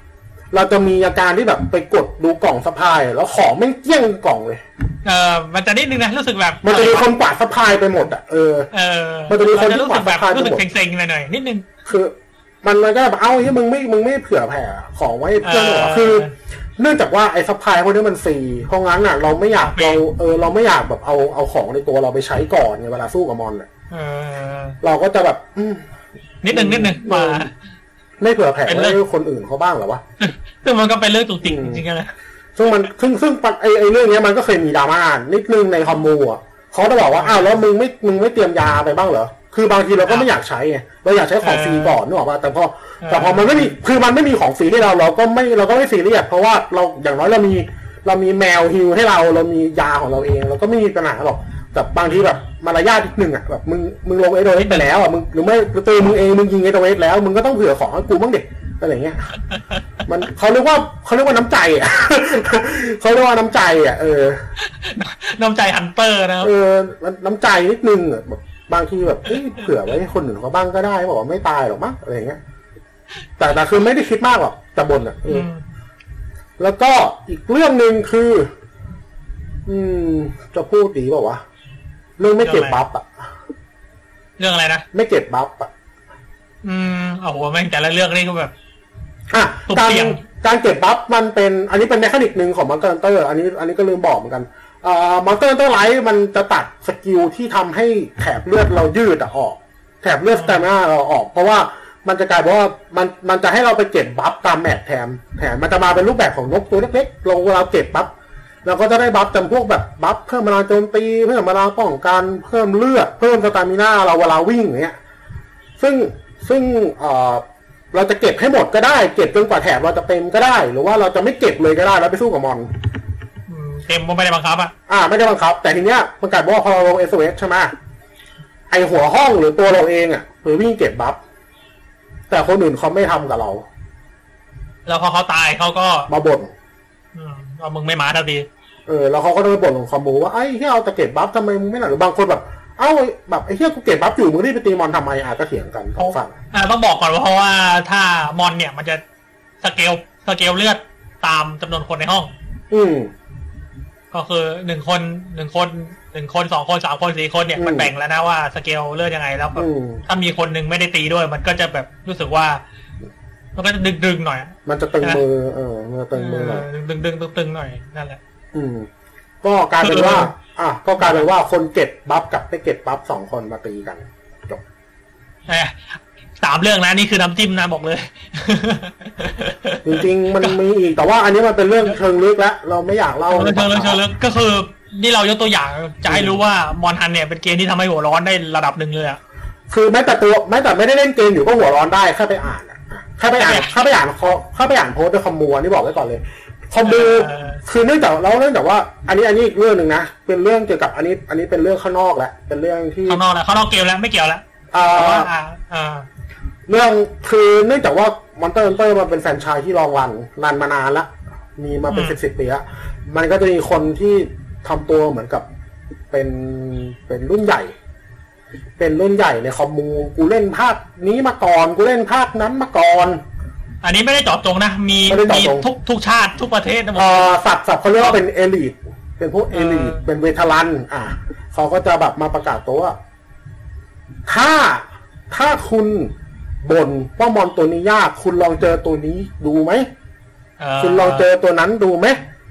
เราจะมีอาการที่แบบไปกดดูกล่องสะพายแล้วของไม่เกลี้ยงกล่องเลยเออมันจะนิดนึงนะรู้สึกแบบมันจะมีคนกวาดสะพายไปหมดอ่ะเออเออมันจะมีคนที่กวาดสะพายไปหมดรู้สึกเซ็งๆหน่อยๆนิดนึงคือมันมันก็แบบเอ้าที่มึงไม่มึงไม่เผื่อแผ่ของไว้เพื่อนหรอคือเนื่องจากว่าไอ้ซัพพลายพวกนี้มันฟรีเพราะงั้นอ่ะเราไม่อยากเราเออเราไม่อยากแบบเอาเอาของในตัวเราไปใช้ก่อนในเวลาสู้กับมอนอ่ะเราก็จะแบบนิดนึงนิดนึงมาไม่เผื่อแผ่ให้คนอื่นเขาบ้างเหรอวะซึ่งมันก็เป็นเรื่องตุกติกจริงๆนะซึ่งมันซึ่งซึ่งไอ้ไอ้เรื่องนี้มันก็เคยมีดราม่านิดนึงในคอมมูอ่ะเขาจะบอกว่าอ้าวแล้วมึงไม่มึงไม่เตรียมยาไปบ้างเหรอคือบางทีเราก็ไม่อยากใช้ไงเราอยากใช้ของฟรีก่อนนึกออกป่ะแต่พอแต่พอมันไม่มีคือมันไม่มีของฟรีให้เราเราก็ไม่เราก็ไม่ซีเรียสเพราะว่าเราอย่างน้อยเรามีเรามีแมวฮิลให้เราเรามียาของเราเองเราก็ไม่มีปัญหาหรอกแต่บางทีแบบมารยาทนิดนึงอ่ะแบบมึงมึงลงเอโดเอสไปแล้วอ่ะมึงหรือไม่ตัวมึงเองมึงยิงเอโดเอสแล้วมึงก็ต้องเผื่อของให้กูบ้างเด็กอะไรเงี้ยมันเขาเรียกว่าเขาเรียกว่าน้ำใจอ่ะเขาเรียกว่าน้ำใจอ่ะเออน้ำใจฮันเตอร์นะเออน้ำใจนิดนึงอ่ะแบบบางทีแบบเผื่อไว้ให้คนอื่นเขาบ้างก็ได้บอกว่าไม่ตายหรอกมั้งอะไรเงี้ยแต่แต่คือไม่ได้คิดมากหรอกแต่บ่นอ่ะแล้วก็อีกเรื่องนึงคือ อืมจะพูดดีเปล่าวะเรื่องไม่เก็บบัฟอ่ะเรื่องอะไรนะไม่เก็บบัฟอ่ะอืมโอ้โหแม่งแต่ละเรื่องนี่ก็แบบอ่ะการการเก็บบัฟมันเป็นอันนี้เป็นเมคานิกนึงของมอนสเตอร์ฮันเตอร์อันนี้อันนี้ก็ลืมบอกเหมือนกันอ่ามอนสเตอร์ฮันเตอร์ไลท์มันจะตัดสกิลที่ทำให้แถบเลือดเรายืดออกแถบเลือดสเตมิน่าเราออกเพราะว่ามันจะกลายเป็นว่ามันมันจะให้เราไปเก็บบัฟตามแมปแถมแถมมันจะมาเป็นรูปแบบของนกตัวเล็กๆลงเวลาเก็บบัฟเราก็จะได้บัฟจำพวกแบบบัฟเพิ่มพลังโจมตีเพิ่มพลังป้องกันเพิ่มเลือดเพิ่มสตามิน่าเราเวลาวิ่งอย่างเงี้ยซึ่งซึ่งเอ่อเราจะเก็บให้หมดก็ได้เก็บจนกว่าแถบเราจะเต็มก็ได้หรือว่าเราจะไม่เก็บเลยก็ได้แล้วไปสู้กับมอนเต็มมันไม่ได้บังคับอ่ะอ่าไม่ได้บังคับแต่ทีเนี้ยมันกลายเป็นว่าพอเราลง เอส โอ เอส ใช่ไหมไอหัวห้องหรือตัวเราเองอ่ะหรือวิ่งเก็บบัฟแต่คนอื่นเขาไม่ทำกับเราแล้วพอเขาตายเขาก็มาบ่นอืมว่ามึงไม่มาทันทีเออแล้วเขาก็ต้องไปบ่นของคอมมูว่าไอ้เหี้ยเอาแต่เก็บบัฟทำไมมึงไม่หน่อยหรือบางคนแบบเอ้าแบบไอ้เหี้ยกูเก็บบัฟอยู่มึงรีบไปตีมอนทำไมอ่ะก็เถียงกันสองฝั่งอ่าต้องบอกก่อนว่าเพราะว่าถ้ามอนเนี่ยมันจะสเกลสเกลเลือดตามจำนวนคนในห้องอืมก็คือหนึ่งคนหนึ่งคนหนึ่งคนสองคนสามคนสี่คนเนี่ยมันแบ่งแล้วนะว่าสเกลเลือดยังไงแล้วถ้ามีคนหนึ่งไม่ได้ตีด้วยมันก็จะแบบรู้สึกว่ามันก็จะดึงๆหน่อยมันจะตึงมือเออมันจะตึงมือหน่อยดึงๆตึงๆหน่อยนั่นแหละอืมก็กลายเป็นว่าอ่ะก็กลายเป็นว่าคนเก็บบัฟกับไม่เก็บบัฟสองคนมาตีกันจบเออสามเรื่องนะนี่คือน้ำจิ้มนะบอกเลยจริงๆมันมีอีกแต่ว่าอันนี้มันเป็นเรื่องเชิงลึกแล้วเราไม่อยากเล่าเชิงลึกเชิงลึกก็คือนี่เรายกตัวอย่างจะให้รู้ว่ามอนฮันเนี่ยเป็นเกมที่ทำให้หัวร้อนได้ระดับหนึ่งเลยอ่ะคือแม้แต่ตัวแม้แต่ไม่ได้เล่นเกมอยู่ก็หัวร้อนได้แค่ไปอ่านแค่ไปอ่านแค่ไปอ่านแค่ไปอ่านโพสต์ในคอมมูนี่บอกไว้ก่อนเลยคอมมูคือเนื่องจากเราเนื่องจากว่าอันนี้อันนี้อีกเรื่องนึงนะเป็นเรื่องเกี่ยวกับอันนี้อันนี้เป็นเรื่องข้างนอกแหละเป็นเรื่องที่ข้างนอกแล้วข้างนอกเกมแล้วไม่เกี่ยวแล้วอ่าอ่าเรื่องคือเนื่องจากว่า Monster Hunter มันเป็นแฟรนไชส์ที่รองรันรันมานานละมีมาเป็นสิบสิบปีละมันก็จะมีคนที่ทำตัวเหมือนกับเป็นเป็นรุ่นใหญ่เป็นรุ่นใหญ่ในคอมมูกูเล่นภาคนี้มาก่อนกูเล่นภาคนั้นมาก่อนอันนี้ไม่ได้เจาะจงนะมีมีทุกทุกชาติทุกประเทศนะเออสับสับเขาเรียกว่าเป็นเอลิทเป็นพวกเอลิทเป็นเวทรันอ่ะเขาก็จะแบบมาประกาศตัวว่าถ้าถ้าคุณบ่นว่ามอนตัวนี้ยากคุณลองเจอตัวนี้ดูไหมคุณลองเจอตัวนั้นดูไหม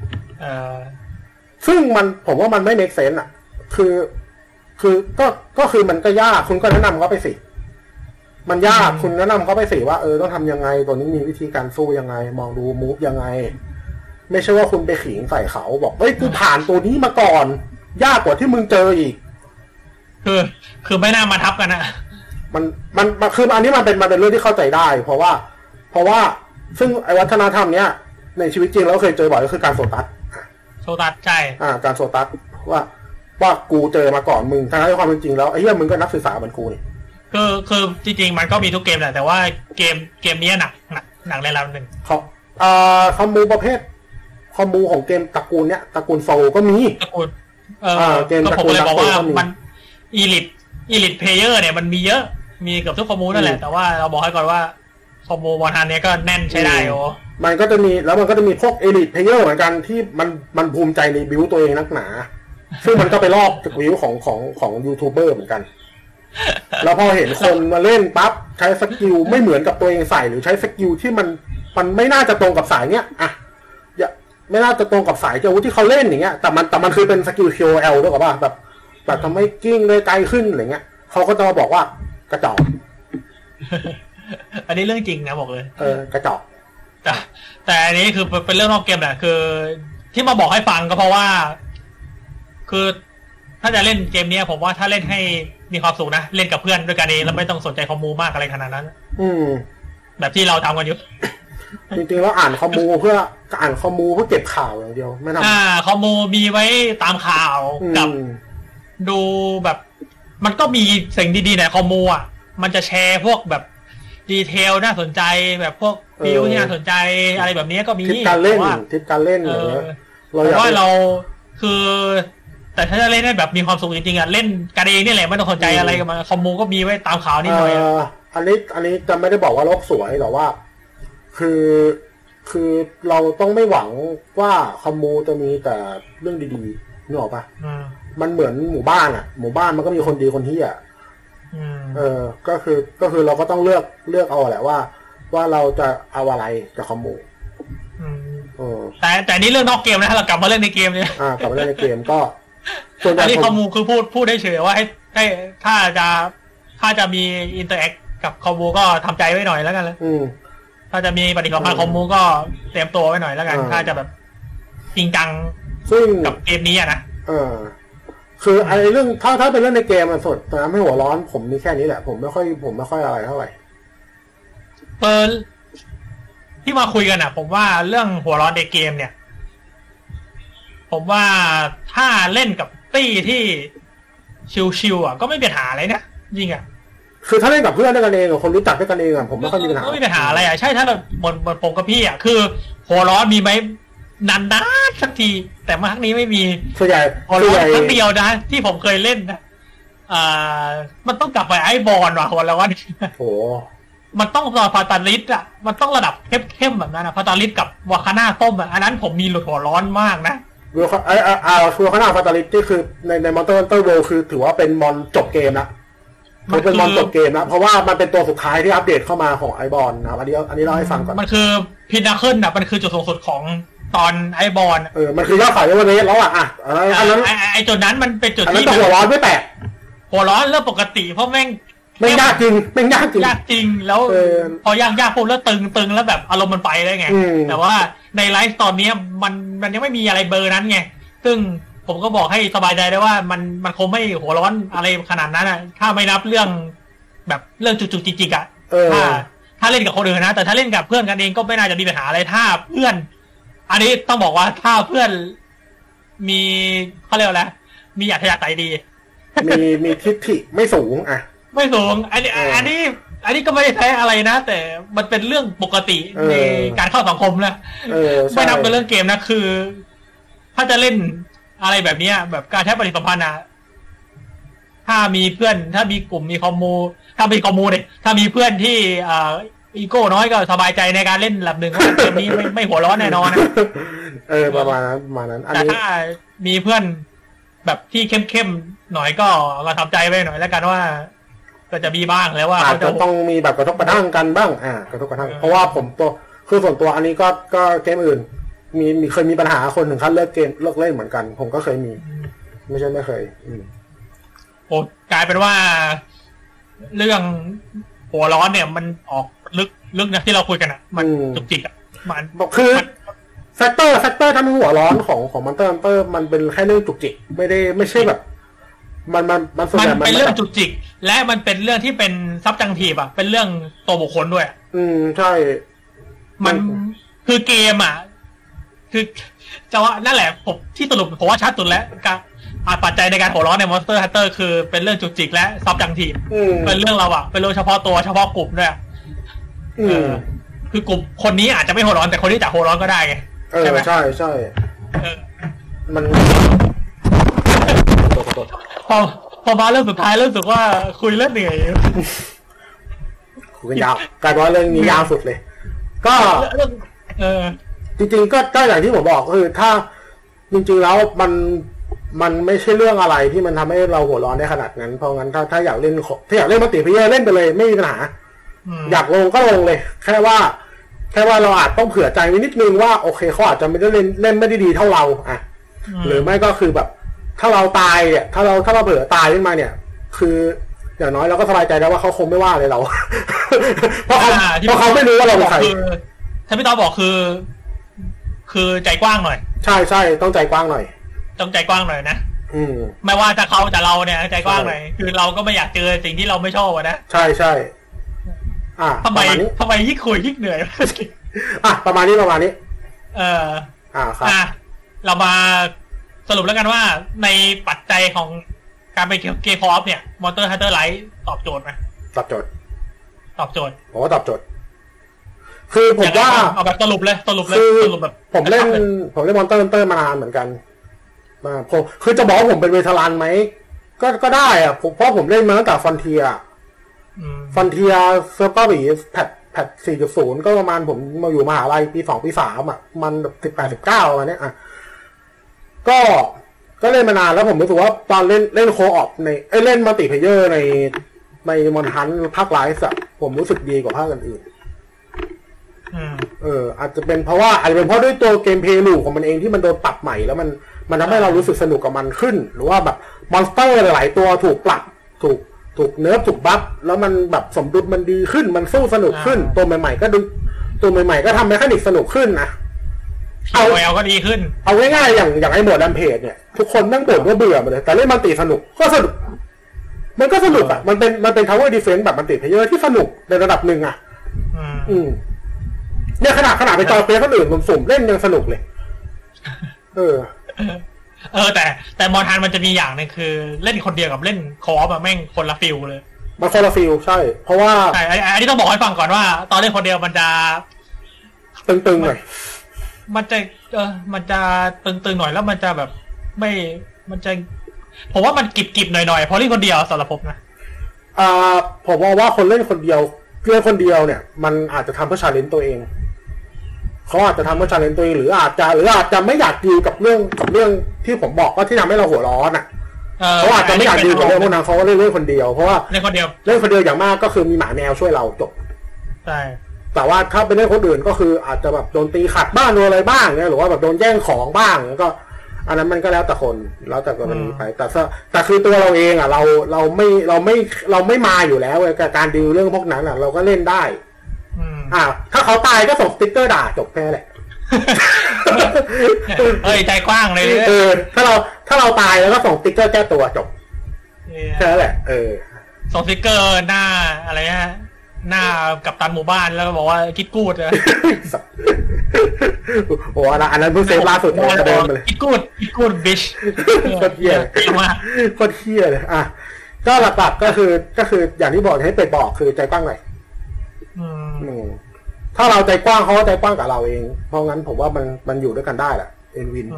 ซึ่งมันผมว่ามันไม่เมคเซนส์อ่ะคือคือก็ก็คือมันก็ยากคุณก็แนะนำเขาไปสิมันยากคุณแนะนำเขาไปสิว่าเออต้องทำยังไงตัวนี้มีวิธีการสู้ยังไงมองดูมูฟยังไงไม่ใช่ว่าคุณไปขิงใส่เขาบอกเฮ้ยกูผ่านตัวนี้มาก่อนยากกว่าที่มึงเจออีกคือคือไม่น่ามาทับกันนะมันมันคืออันนี้มันเป็นมันเป็นเรื่องที่เข้าใจได้เพราะว่าเพราะว่าซึ่งไอ้วัฒนธรรมเนี้ยในชีวิตจริงเราเคยเจอบ่อยก็คือการโซตัสโซตัสใช่อ่าการโซตัสว่าว่ากูเจอมาก่อนมึงทั้งที่ความเป็นจริงแล้วไอ้เหี้ยมึงก็นักศึกษาเหมือนกูนี่คือคือจริงๆมันก็มีทุกเกมแหละแต่ว่าเกมเกมนี้หนักหนักหนักในระดับหนึ่งเขาอ่าคอมมูประเภทคอมมูของเกมตระกูลเนี้ยตระกูลโซก็มีตระกูลเออเกมตระกูลบอกว่ามันอีลิทอีลิทเพลเยอร์เนี่ยมันมีเยอะมีเกือบทุกคอมมูนั่นแหละแต่ว่าเราบอกให้ก่อนว่าคอมมูมอนทันเนี้ยก็แน่นใช้ได้โอ้มันก็จะมีแล้วมันก็จะมีพวกเอลิทเพลเยอร์เหมือนกันที่มันมันภูมิใจในบิวตัวเองนักหนาซึ่งมันก็ไปลอกจากบิวของของของยูทูบเบอร์เหมือนกันแล้วพอเห็นคนมาเล่นปั๊บใช้สกิลไม่เหมือนกับตัวเองใส่หรือใช้สกิลที่มันมันไม่น่าจะตรงกับสายเนี้ยอ่ะอย่าไม่น่าจะตรงกับสายอาวุธที่เขาเล่นอย่างเงี้ยแต่มันแต่มันคือเป็นสกิล คิว โอ แอล ด้วยกับว่าแบบแบบทำให้กิ้งได้ไกลขึ้นอะไรเงี้ยเขาก็จะมาบอกว่ากระจอกอันนี้เรื่องจริงนะบอกเลยเออกระจอกแต่แต่อันนี้คือเป็นเรื่องนอกเกมแหละคือที่มาบอกให้ฟังก็เพราะว่าคือถ้าจะเล่นเกมนี้ผมว่าถ้าเล่นให้มีความสุขนะเล่นกับเพื่อนด้วยกันเองแล้วไม่ต้องสนใจคอมมูมากอะไรขนาดนั้นอืมแบบที่เราทำกันอยู่จริงๆแล้วอ่านคอมมูเพื่ออ่านคอมมูเพื่อเก็บข่าวอย่างเดียวไม่ทำอ่าคอมมูมีไว้ตามข่าวกับดูแบบมันก็มีสิ่งดีๆในคอมมูอ่ะมันจะแชร์พวกแบบดีเทลน่าสนใจแบบพวกฟิวที่น่าสนใจอะไรแบบนี้ก็มีทิศการเล่นทิศการเล่นอย่างเงี้ยเราอยากว่าเราคือแต่ถ้าจะเล่นได้แบบมีความสุขจริงๆอ่ะเล่นกันเองนี่แหละไม่ต้องสนใจอะไรกันมาคอมมูก็มีไว้ตามข่าวนิดหน่อยอันนี้อันนี้จะไม่ได้บอกว่าโลกสวยแต่ว่าคือคือเราต้องไม่หวังว่าคอมมูจะมีแต่เรื่องดีๆนึกออกปะมันเหมือนหมู่บ้านอ่ะหมู่บ้านมันก็มีคนดีคนที่อ่ะเออก็คือก็คือเราก็ต้องเลือกเลือกเอาแหละว่าว่าเราจะเอาอะไรกับคอมมูแต่แต่นี่เรื่องนอกเกมนะถ้าเรากลับมาเล่นในเกมเนี่ยอ่ากลับมาเล่นในเกมก็ส่วนใหญ่ที่คอมมูคือพูดพูดได้เฉยว่าให้ให้ถ้าจะถ้าจะมีอินเตอร์แอคกับคอมมูก็ทำใจไว้หน่อยแล้วกันเลยถ้าจะมีปฏิสัมพันธ์คอมมูก็เตรียมตัวไว้หน่อยแล้วกันถ้าจะแบบจริงจังกับเกมนี้อ่ะนะเออคือไอ้เรื่องถ้าถ้าเป็นเรื่องในเกมมันสดแต่ไม่หัวร้อนผมมีแค่นี้แหละผมไม่ค่อยผมไม่ค่อยอะไรเท่าไหร่เปิดที่มาคุยกันอ่ะผมว่าเรื่องหัวร้อนในเกมเนี่ยผมว่าถ้าเล่นกับตี้ที่ชิวๆอ่ะก็ไม่มีปัญหาอะไรนะจริงอ่ะคือถ้าเล่นกับเพื่อนด้วยกันเองกับคนรู้จักด้วยกันเองอ่ะผมไม่ค่อยมีปัญหาไม่มีปัญหาอะไรอ่ะใช่ถ้าเราบนบนผมกับพี่อ่ะคือหัวร้อนมีไหมนานๆสักทีแต่มาครั้งนี้ไม่มีส่วนใหญ่หัวร้อนครั้งเดียวนะที่ผมเคยเล่นนะอ่ามันต้องกลับไปไอ้บอลว่ะหัวร้อนโอ้มันต้องรอฟาตาลิสอ่ะมันต้องระดับเข้มๆแบบนั้นนะฟาตาลิสกับวาคาน่าต้มอ่ะอันนั้นผมมีหลุดหัวร้อนมากนะเวลไอ้ไอ้ไอ้วาคาน่าฟาตาลิสที่คือในในมอนเตอร์ฮันเตอร์เวิลด์คือถือว่าเป็นมอนจบเกมนะมันเป็นมอนจบเกมนะเพราะว่ามันเป็นตัวสุดท้ายที่อัปเดตเข้ามาของไอบอลนะอันนี้อันนี้เล่าให้ฟังก่อนมันคือพินาเคิลอ่ะมันคือจุดสูงสุดของตอนไอบอลเออมันคือยอดขายเอเวอเรสต์แล้วอ่ะอ่ะอันนั้นไอจุดนั้นมันเป็นจุดที่หัวร้อนไม่แปลกหัวร้อนเรื่องปกติเพราะแม่งไม่ยากจริงไม่ยากจริงยากจริงแล้วพอยากยากปุ๊บแล้วตึงตึงแล้วแบบอารมณ์มันไปได้ไงแต่ว่าในไลฟ์ตอนนี้มันมันยังไม่มีอะไรเบอร์นั้นไงซึ่งผมก็บอกให้สบายใจได้ว่ามันมันคงไม่หัวร้อนอะไรขนาดนั้นอ่ะถ้าไม่นับเรื่องแบบเรื่องจุกๆจิกๆอ่ะถ้าถ้าเล่นกับคนอื่นนะแต่ถ้าเล่นกับเพื่อนกันเองก็ไม่น่าจะมีปัญหาอะไรถ้าเพื่อนอันนี้ต้องบอกว่าถ้าเพื่อนมีเขาเรียกอะไรมีอัธยาศัยดีมีมีทิฏฐิไม่สูงอ่ะไม่สูงอันนี้อันนี้อันนี้ก็ไม่ได้แท้อะไรนะแต่มันเป็นเรื่องปกติในการเข้าสังคมนะไม่นับเป็นเรื่องเกมนะคือถ้าจะเล่นอะไรแบบนี้แบบการใช้ปฏิสัมพันธ์นะถ้ามีเพื่อนถ้ามีกลุ่มมีคอมมูถ้ามีคอมมูเนี่ยถ้ามีเพื่อนที่อ่าอีโก้น้อยก็สบายใจในการเล่นระดับหนึ่งว่าเกมนี้ไม่ไม่หัวร้อนแน่นอนนะเออประมาณนั้นประมาณนั้นแต่ถ้ามีเพื่อนแบบที่เข้มๆหน่อยก็เราทำใจไว้หน่อยแล้วกันว่าก็จะมีบ้างแล้วว่าอาจจะต้องมีแบบกระทบกระทั่งกันบ้างอ่ากระทบกระทั่งเพราะว่าผมตัวคือส่วนตัวอันนี้ก็ก็เกมอื่นมีมีเคยมีปัญหาคนถึงขั้นเลิกเกมเลิกเล่นเหมือนกันผมก็เคยมีไม่ใช่ไม่เคยอืมโอ้กลายเป็นว่าเรื่องหัวร้อนเนี่ยมันออกลึกลึกนะที่เราคุยกันอ่ะมันจุกจิกอ่ะมันคือแฟกเตอร์แฟกเตอร์ทำให้หัวร้อนของของมอนเตอร์ฮันเตอร์มันเป็นแค่เรื่องจุกจิกไม่ได้ไม่ใช่แบบมันมันมันส่วนใหญ่มันเป็นเรื่องจุกจิกและมันเป็นเรื่องที่เป็นซับจังทีฟอ่ะเป็นเรื่องตัวบุคคลด้วยอืมใช่มันคือเกมอ่ะคือจะว่านั่นแหละผมที่สรุปผมว่าชัดสุดแล้วการปัจจัยในการหัวร้อนใน Monster Hunter คือเป็นเรื่องจุกจิกและซับจังทีฟเป็นเรื่องเราอ่ะเป็นเรื่องเฉพาะตัวเฉพาะกลุ่มด้วยอืมคือกลุ่มคนนี้อาจจะไม่หัวร้อนแต่คนที่จะหัวร้อนก็ได้ไงใช่ไหมใช่ใช่มันพอพอมาเรื่องสุดท้ายเริ่มรู้สึกว่าคุยเรื่องเหนื่อยคุคุยกันยาวกลายเป็นว่าเรื่องนี้ยาวสุดเลย ก็เออจริงๆก็ก็อย่างที่ผมบอกคือถ้าจริงๆแล้วมันมันไม่ใช่เรื่องอะไรที่มันทำให้เราหัวร้อนได้ขนาดนั้นเพราะงั้นถ้าถ้าอยากเล่นถ้าอยากเล่นมัลติเพลเยอร์เล่นไปเลยไม่มีปัญหาอยากลงก็ลงเลยแค่ว่าแค่ว่าเราอาจต้องเผื่อใจไว้นิดนึงว่าโอเคเขาอาจจะไม่ได้เล่นเล่นไม่ได้ดีเท่าเราอ่ะหรือไม่ก็คือแบบถ้าเราตายเนี่ยถ้าเราถ้าเราเผื่อตายขึ้นมาเนี่ยคืออย่างน้อยเราก็สบายใจได้ว่าเขาคงไม่ว่าเลยเราเพราะเขาเพราะเขาไม่รู้ว่าเราเป็นใครถ้าพี่ต้อบอกคือ คือใจกว้างหน่อยใช่ใช่ต้องใจกว้างหน่อยต้องใจกว้างหน่อยนะอืมไม่ว่าจะเขาจะเราเนี่ยใจกว้างหน่อยคือเราก็ไม่อยากเจอสิ่งที่เราไม่ชอบนะใช่ใช่อ่ะทำไมทำไมยิ่งคุยยิ่งเหนื่อยอ่ะประมาณนี้ประมาณนี้เอออ่าครับอ่ะเรามาสรุปแล้วกันว่าในปัจจัยของการไปเกมพอฟเนี่ย Monster Hunter Rise ตอบโจทย์ไหมตอบโจทย์ตอบโจทย์ผมว่าตอบโจทย์คือผมว่าเอาแบบสรุปเลยสรุปเลยสรุปแบบผมเล่นผมเล่น Monster Hunter มานานเหมือนกันมาผมคือจะบอกว่าผมเป็นเวทรันไหมก็ก็ได้อะเพราะผมเล่นมาตั้งแต่ฟอนเทียฟอนเทียเซิร์ฟเวอร์บีแพทแพท สี่จุดศูนย์ ก็ประมาณผมมาอยู่มหาลัยปีสองปีสามอ่ะมันแบบสิบแปด สิบเก้าประมาณนี้อ่ะก็ก็เล่นมานานแล้วผมรู้สึกว่าตอนเล่นเล่นโคออปในเอ้ยเล่นมัลติเพลเยอร์ในในมอนฮันภาคไลฟ์อะผมรู้สึกดีกว่าภาคอื่นๆเอออาจจะเป็นเพราะว่าอาจจะเป็นเพราะด้วยตัวเกมเพลย์ลูปของมันเองที่มันโดนปรับใหม่แล้วมันมันทำให้เรารู้สึกสนุกกับมันขึ้นหรือว่าแบบมอนสเตอร์หลายๆตัวถูกปรับถูกถูกเนิร์ฟถูกบัฟแล้วมันแบบสมดุลมันดีขึ้นมันสู้สนุกขึ้นตัวใหม่ๆก็ดูตัวใหม่ๆก็ทำให้แมคานิกสนุกขึ้นนะเอาแววก็ดีขึ้นเอาง่ายๆอย่างอย่างไอ้โหมดดัมเพจเนี่ยทุกคนนั่งบ่นว่าเบื่อหมดเลยแต่เล่นมันติสนุกก็สนุกมันก็สนุกอ่ะมันเป็นมันเป็น Tower Defense แบบมันติเพลเยอร์ที่สนุกในระดับหนึ่งอ่ะอืมเนี่ยขนาดขนาดไปจอเฟซคนอื่นสุ่มๆเล่นยังสนุกเลยเออเออแต่แต่มอนทันมันจะมีอย่างนึงคือเล่นคนเดียวกับเล่นคอร์ปอะแม่งคนละฟิลเลยมันคนละฟิลใช่เพราะว่าใช่อันนี้ต้องบอกให้ฟังก่อนว่าตอนเล่นคนเดียวมันจะตึงๆหน่อยมันจะเออมันจะตึงๆหน่อยแล้วมันจะแบบไม่มันจะผมว่ามันกิบๆหน่อยๆพอเล่นคนเดียวสำหรับผมนะอ่าผมว่าว่าคนเล่นคนเดียวเล่นคนเดียวเนี่ยมันอาจจะทำเพื่อชาเลนจ์ตัวเองเขาอาจจะทำเพื่อชาเลนจ์ตัวเองหรืออาจจะหรืออาจจะไม่อยากดีลกับเรื่องกับเรื่องที่ผมบอกว่าที่ทำให้เราหัวร้อนอ่ะเขาอาจจะไม่อยากดีลกับเรื่องพวกนั้นเขาก็เล่นเล่นคนเดียวเพราะว่าเล่นคนเดียวเล่นคนเดียวอย่างมากก็คือมีหมาแมวช่วยเราจบใช่แต่ว่าถ้าเป็นเรื่องคนอื่นก็คืออาจจะแบบโดนตีขัดบ้างโดนอะไรบ้างเนี่ยหรือว่าแบบโดนแย่งของบ้างก็อันนั้นมันก็แล้วแต่คนแล้วแต่กรณีไปแต่แต่คือตัวเราเองอ่ะเราเราไม่เราไม่เราไม่มาอยู่แล้วกับการดีลเรื่องพวกนั้นอ่ะเราก็เล่นได้อ่าถ้าเขาตายก็ส่งสติ๊กเกอร์ด่าจบแค่แหละเอ้ยใจกว้างเลยเออถ้าเราถ้าเราตายแล้วก็ส่งสติ๊กเกอร์แก้ตัวจบแค่แหละเออส่งสติ๊กเกอร์หน้าอะไรฮะหน้ากับตันหมู่บ้านแล้วก็บอกว่าคิดกูดเลยโอ้อันนั้นเพิ่งเซฟล่าสุดเลยเดินมาเลยคิดกูดคิดกูดบิชโคตรเหี้ยโคตรเหี้ยเลยอ่ะก็หลักๆก็คือก็คืออย่างที่บอกให้เป็ดบอกคือใจกว้างหน่อยถ้าเราใจกว้างเขาก็ใจกว้างกับเราเองเพราะงั้นผมว่ามันมันอยู่ด้วยกันได้แหละเอ็นวิน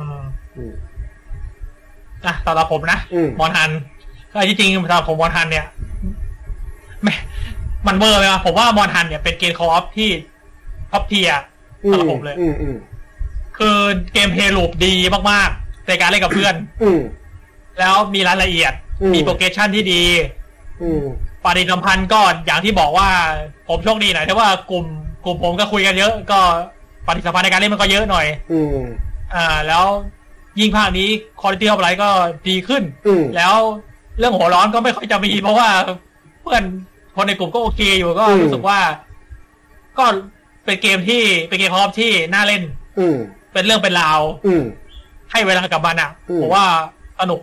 อ่ะตอนเราผมนะมอนฮันก็จริงๆสำหรับผมมอนฮันเนี่ยไม่มันเวอร์เลยนะผมว่ามอนฮันเนี่ยเป็นเกมคออฟที่ท็อปเทียร์สำหรับผมเลยคือเกมเพลย์ลูปดีมากๆในการเล่นกับเพื่อนแล้วมีรายละเอียดมีโปรเกรสชั่นที่ดีปฏิสัมพันธ์ก็อย่างที่บอกว่าผมโชคดีหน่อยที่ว่ากลุ่มกลุ่มผมก็คุยกันเยอะก็ปฏิสัมพันธ์ในการเล่นมันก็เยอะหน่อยอ่าแล้วยิ่งภาคนี้คุณภาพอะไรก็ดีขึ้นแล้วเรื่องหัวร้อนก็ไม่ค่อยจะมีเพราะว่าเพื่อนคนในกลุ่มก็โอเคอยู่ก็รู้สึกว่าก็เป็นเกมที่เป็นเกมพร้อมที่น่าเล่นเป็นเรื่องเป็นราวให้เวลากับมันอ่ะผมว่าสนุก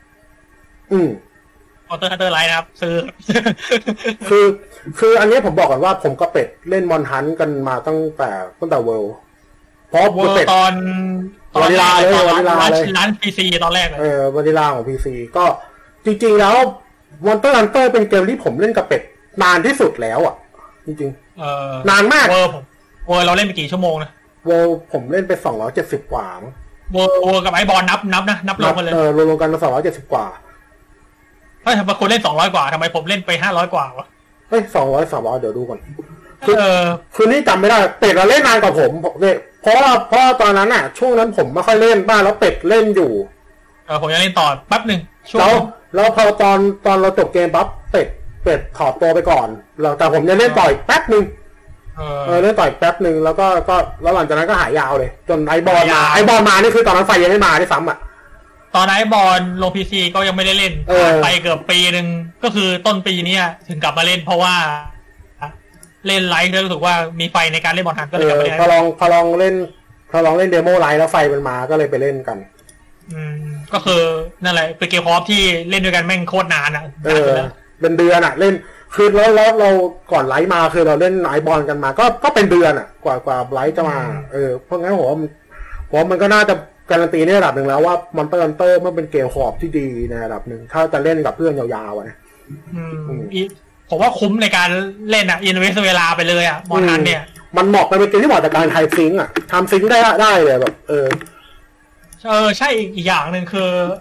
มอนเตอร์ฮันเตอร์ไลท์นะครับซื้อคือคืออันนี้ผมบอกก่อนว่าผมกับเป็ดเล่นมอนฮันกันมาตั้งแต่ตั้งแต่เวิลด์เพราะเป็ดตอนวานิลาเลยวานิลาเลยร้านพีซีตอนแรกเลยเออวานิลาของพีซีก็จริงๆแล้วมอนเตอร์ฮันเตอร์เป็นเกมที่ผมเล่นกับเป็ดนานที่สุดแล้วอ่ะจริงๆเออนานมากเวิร์เวิร์เราเล่นไปกี่ชั่วโมงนะเวิร์ผมเล่นไปสองร้อยเจ็ดสิบกว่ามั้งเวิร์เวิร์กับไอ้บอลนับนับนะนับรวมกันเลยเออรวมกันมาสองร้อยเจ็ดสิบกว่าเฮ้ยทำไมคุณเล่นสองร้อยกว่าทำไมผมเล่นไปห้าร้อยกว่าวะเอ้ยสองร้อยสามร้อยเดี๋ยวดูก่อนคือเออคือนี่จำไม่ได้เป็ดเราเล่นนานกว่าผมเนี่ยเพราะว่าเพราะตอนนั้นอ่ะช่วงนั้นผมไม่ค่อยเล่นบ้านแล้วเป็ดเล่นอยู่เออผมยังเล่นต่อแป๊บหนึ่งแล้วแล้วพอตอนตอนเราจบเกมปั๊บเป็ดเป็ดถอดตัวไปก่อนเราแต่ผมยังเล่นต่ออีกแป๊บหนึ่งเออเล่นต่ออีกแป๊บหนึ่งแล้วก็ก็แล้วหลังจากนั้นก็หายยาวเลยจนไอบอลมาไอบอลมานี่คือตอนนั้นไฟยังไม่มาที่ซ้ำอ่ะตอนไอบอลลงพีซีก็ยังไม่ได้เล่นไปเกือบปีนึงก็คือต้นปีนี้ถึงกลับมาเล่นเพราะว่าเล่นไลฟ์แล้วรู้สึกว่ามีไฟในการเล่นบอลทันก็เลยกลับมาเล่นพอลองพอลองเล่นพอลองเล่นเดโมไลฟ์แล้วไฟมันมาก็เลยไปเล่นกันอืมก็คือนั่นแหละเป็นเกมคอฟที่เล่นด้วยกันแม่งโคตรนานอ่ะเออเป็นเดือนอ่ะเล่นคือแล้วแล้วเราก่อนไลฟ์มาคือเราเล่นไอบอลกันมาก็ก็เป็นเดือนอ่ะกว่ากว่าไลฟ์จะมาเออเพราะงั้นผมว่าผมมันก็น่าจะการันตีในระดับหนึ่งแล้วว่ามอนเตอร์ฮันเตอร์มันเป็นเกมคอฟที่ดีในระดับหนึ่งถ้าจะเล่นกับเพื่อนยาวๆนะอืมผมว่าคุ้มในการเล่นอ่ะอินเวสต์เวลาไปเลยอ่ะมอนทันเนี่ยมันเหมาะเป็นเกมที่เหมาะกับการไทซิงค์อ่ะทำซิงค์ได้ได้เลยแบบเออเออใช่อีกอย่างหนึ่งคือ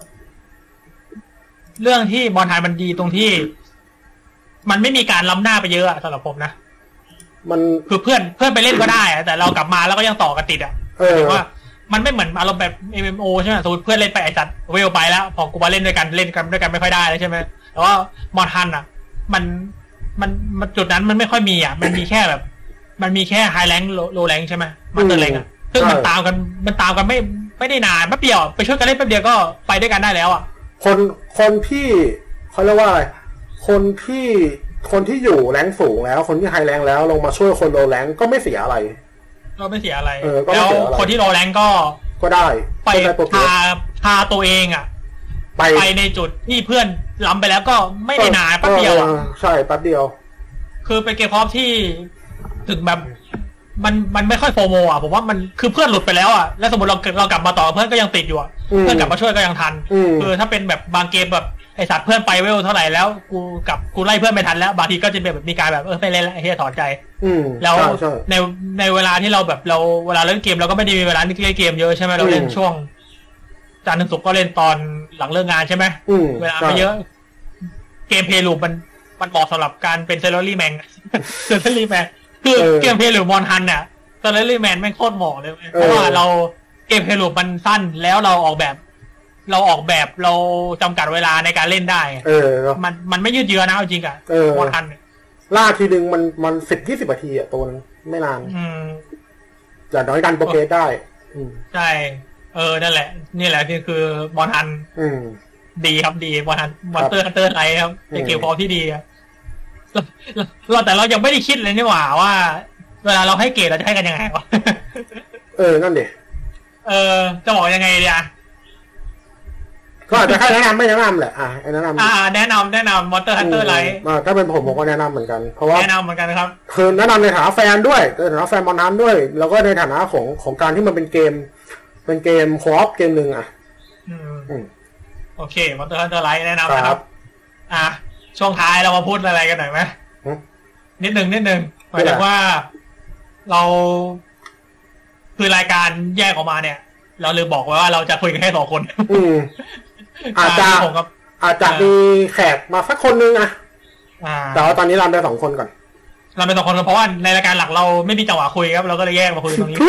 เรื่องที่มอนทันมันดีตรงที่มันไม่มีการล้ำหน้าไปเยอะสำหรับผมนะมันคือเพื่อนเพื่อนไปเล่นก็ได้แต่เรากลับมาแล้วก็ยังต่อกันติดอ่ะถือว่ามันไม่เหมือนอารมณ์แบบ เอ็ม เอ็ม โอ ใช่ไหมสมมติเพื่อนเล่นไปไอ้จัดเวลไปแล้วพอกูมาเล่นด้วยกันเล่นกันด้วยกันไม่ค่อยได้แล้วใช่ไหมแต่ว่ามอนทันอ่ะมันมันมันจุดนั้นมันไม่ค่อยมีอ่ะมันมีแค่แบบมันมีแค่ไฮแรงโลแรงใช่ไหมมันเตอร์แรงอ่ะซึ่งมันตามกันมันตามกันไม่ไม่ได้นานแป๊บเดียวไปช่วยกันเล่นแป๊บเดียวก็ไปด้วยกันได้แล้วอ่ะคนคนที่เขาเรียกว่าอะไรคนที่คนที่อยู่แรงสูงแล้วคนที่ไฮแรงแล้วลงมาช่วยคนโลแรงก็ไม่เสียอะไรก็ไม่เสียอะไรแล้วคนที่โลแรงก็ก็ได้ไปพาพาตัวเองอ่ะไปไปในจุดที่เพื่อนล้ำไปแล้วก็ไม่ได้นานแป๊บเดียวอ่ะใช่แป๊บเดียวคือเป็นเกมพร้อมที่ถึงแบบมันมันไม่ค่อยโฟโมอ่ะผมว่ามันคือเพื่อนหลุดไปแล้วอ่ะแล้วสมมติเราเรากลับมาต่อเพื่อนก็ยังติดอยู่อ่ะเพื่อนกลับมาช่วยก็ยังทันคือถ้าเป็นแบบบางเกมแบบไอสัตว์เพื่อนไปเวลเท่าไหร่แล้วกูกับกูไล่เพื่อนไม่ทันแล้วบางทีก็จะเป็นแบบมีการแบบเออไม่เล่นแล้วไอ้เหี้ยถอนใจแล้วในในเวลาที่เราแบบเราเวลาเล่นเกมเราก็ไม่ได้มีเวลาเล่นเกมเยอะใช่ไหมเราเล่นช่วงจันทร์ถึงศุกร์ก็เล่นตอนหลังเลิกงานใช่ไหมเวลาไม่เยอะเกมเพลย์ลูปมันมันเหมาะสำหรับการเป็นเซเลอรี่แมนเซเลอรี่แมนคือเกมเพลย์ลูปมอนทันเนี่ยเซเลอรี่แมนแม่งโคตรเหมาะเลยเพราะว่าเราเกมเพลย์ลูปมันสั้นแล้วเราออกแบบเราออกแบบเราจำกัดเวลาในการเล่นได้เออมันมันไม่ยืดเยื้อนะจริงอ่ะมอนทันล่าทีนึงมันมันสิบยี่สิบนาทีอ่ะตัวนึงไม่นานจะน้อยดันโปรเกรสได้ใช่เออนั่นแหละนี่แหละที่คือมอนทันดีครับดีมอนทันมอนเตอร์ฮันเตอร์ไลท์ครับเป็นเกมพอที่ดีครับเราแต่เรายังไม่ได้คิดเลยนี่หว่าว่าเวลาเราให้เกรดเราจะให้กันยังไงวะเออนั่นดิเออจะบอกยังไงดีอ่ะก็อาจจะแค่แนะนำไม่แนะนำแหละอ่าแนะนำอ่าแนะนำแนะนำมอนเตอร์ฮันเตอร์ไลท์ถ้าเป็นผมผมก็แนะนำเหมือนกันเพราะว่าแนะนำเหมือนกันครับคือแนะนำในฐานะแฟนด้วยในฐานะแฟนมอนทันด้วยแล้วก็ในฐานะของของการที่มันเป็นเกมเป็นเกมโคออฟเกมหนึ่งอ่ะอืมโอเคมอนเตอร์ฮันเตอร์ไลท์แนะนำนะครับอ่ะช่วงท้ายเรามาพูดอะไรกันหน่อยไหมนิดนึงนิดนึงหมายถึงว่าเราคือรายการแยกออกมาเนี่ยเราลืมบอกไว้ว่าเราจะคุยกันแค่สองคนอาจจะอาจจะมีแขกมาสักคนนึงนะแต่ว่าตอนนี้เราได้สองคนก่อนเราเป็นสองคนเพราะว่าในรายการหลักเราไม่มีจังหวะคุยครับเราก็เลยแยกมาคุยตรงนี้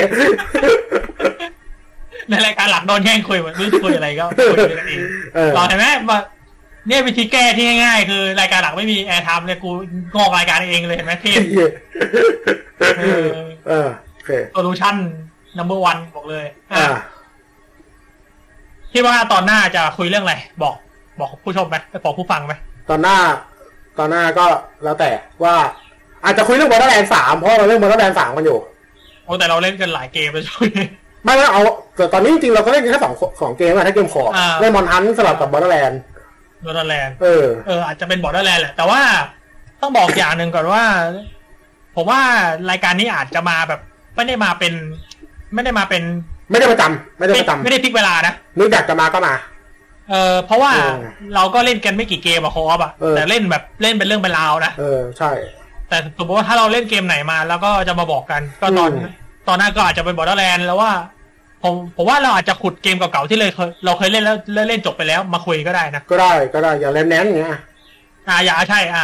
ในรายการหลักโดนแย่งคุยไม่รู้คุยอะไรก็คุยกันเองเราเห็นไหมว่าเนี่ยวิธีแก้ที่ง่ายๆคือรายการหลักไม่มีแอร์ไทม์เลยกูงอกรายการเองเลยเห็นไหมเทพเออโอเคโซลูชั่นนัมเบอร์วันบอกเลยอ่าคิดว่าตอนหน้าจะคุยเรื่องอะไรบอกบอกผู้ชมไหมบอกผู้ฟังไหมตอนหน้าตอนหน้าก็แล้วแต่ว่าอาจจะคุยเรื่องบอร์เดอร์แลนด์สามเพราะเราเล่นบอร์เดอร์แลนด์สามกันอยู่โอ้แต่เราเล่นกันหลายเกมไปช่วยไม่ไม่เอาแต่ตอนนี้จริงๆเราก็เล่นแค่สองสองเกมอะถ้าเกมขอเล่นมอนทันสลับกับบอร์เดอร์แลนด์บอร์เดอร์แลนด์เออเอออาจจะเป็นบอร์เดอร์แลนด์แหละแต่ว่าต้องบอกอย่างหนึ่งก่อนว่าผมว่ารายการนี้อาจจะมาแบบไม่ได้มาเป็นไม่ได้มาเป็นไม่ได้ประจำไม่ได้ประจำไม่ได้พลิกเวลานะนึกอยากจะมาก็มาเออเพราะว่าเราก็เล่นกันไม่กี่เกมอะโคออฟอะแต่เล่นแบบเล่นเป็นเรื่องเป็นราวนะเออใช่แต่สมมติว่าถ้าเราเล่นเกมไหนมาแล้วก็จะมาบอกกันก็ตอนตอนหน้าก็อาจจะเป็นบอร์เดอร์แลนด์แล้วว่าผมผมว่าเราอาจจะขุดเกมเก่าๆที่เลยเราเคยเล่นแล้วเล่นจบไปแล้วมาคุยก็ได้นะก็ได้ก็ได้อย่าแนนๆอย่างเงี้ยอ่าอย่าใช่อ่าแ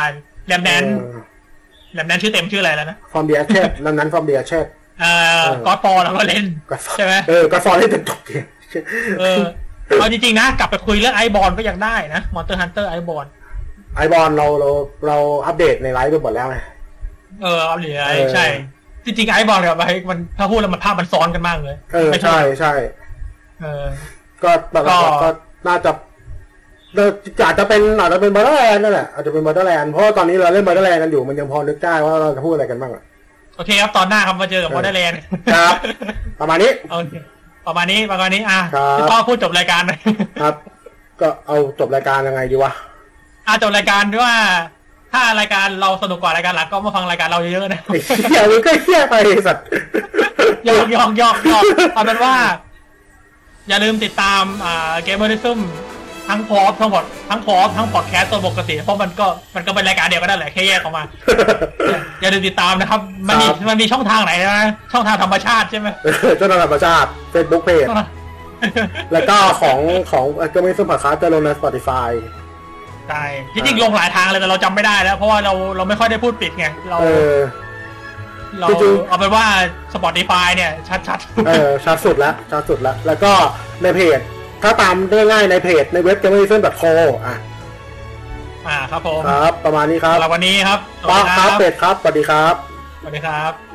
แลมแดนแลมแดนชื่อเต็มชื่ออะไรแล้วนะฟอร์มเดียเชตนั้นนั้นฟอร์มเดียเชตเอ่อกอดฟอร์เราก็เล่นใช่ไหมเออกอดฟอร์เล่นจนจบเกมเออเอาจริงๆนะกลับไปคุยเรื่องไอบอลก็ยังได้นะมอนสเตอร์ฮันเตอร์ไอบอลไอบอลเราเราเราอัปเดตในไลฟ์ไปหมดแล้วไงเออเอาเลยใช่จริงๆไอบอลเนี่ยมันถ้าพูดแล้วมันภาพมันซ้อนกันมากเลยเออใช่ใช่เออก็แบบก็น่าจะอาจจะเป็นอาจจะเป็นบอร์เดอร์แลนด์นั่นแหละอาจจะเป็นบอร์เดอร์แลนด์เพราะตอนนี้เราเล่นบอร์เดอร์แลนด์กันอยู่มันยังพอนึกได้ว่าเราจะพูดอะไรกันบ้างโอเคครับตอนหน้าครับมาเจอกับบอร์เดอร์แลนด์ครับประมาณนี้โอเคประมาณนี้ประมาณนี้อ่ะพี่พ่อพูดจบรายการครับก็เอาจบรายการยังไงดีวะอ่ะจบรายการด้วยว่าถ้ารายการเราสนุกกว่ารายการหลักก็มาฟังรายการเราเยอะๆนะเฮียมันก็เฮียไปสัตว์ยอกยอกยอกยอกเอาเป็นว่าอย่าลืมติดตามอ่าเกมเมอร์ดิซึมทั้งพอดทั้งพอดทั้งพอดทั้งพอดแคสต์ตัวปกติเพราะมันก็มันก็เป็นรายการเดียวกันนั่นแหละแค่แยกออกมาอย่าลืมติดตามนะครับมันมีมันมีช่องทางไหนนะช่องทางธรรมชาติใช่ไหมช่องทางธรรมชาติ Facebook Page แล้วก็ของของเกมเมอร์ดิซึมพอดแคสต์จะลงใน Spotify ใช่จริงๆลงหลายทางเลยแต่เราจำไม่ได้แล้วเพราะว่าเราเราไม่ค่อยได้พูดปิดไงเราเราเอาเป็นว่า Spotify เนี่ยชัดๆเออชัดสุดแล้วชัดสุดแล้วแล้วก็ในเพจถ้าตามได้ง่ายในเพจในเว็บ เกมเมอร์ดิซึม ดอท โค อ่ะอ่าครับผมครับประมาณนี้ครับสำหรับวันนี้ครับป้าครับเป็ดครับสวัสดีครับสวัสดีครับ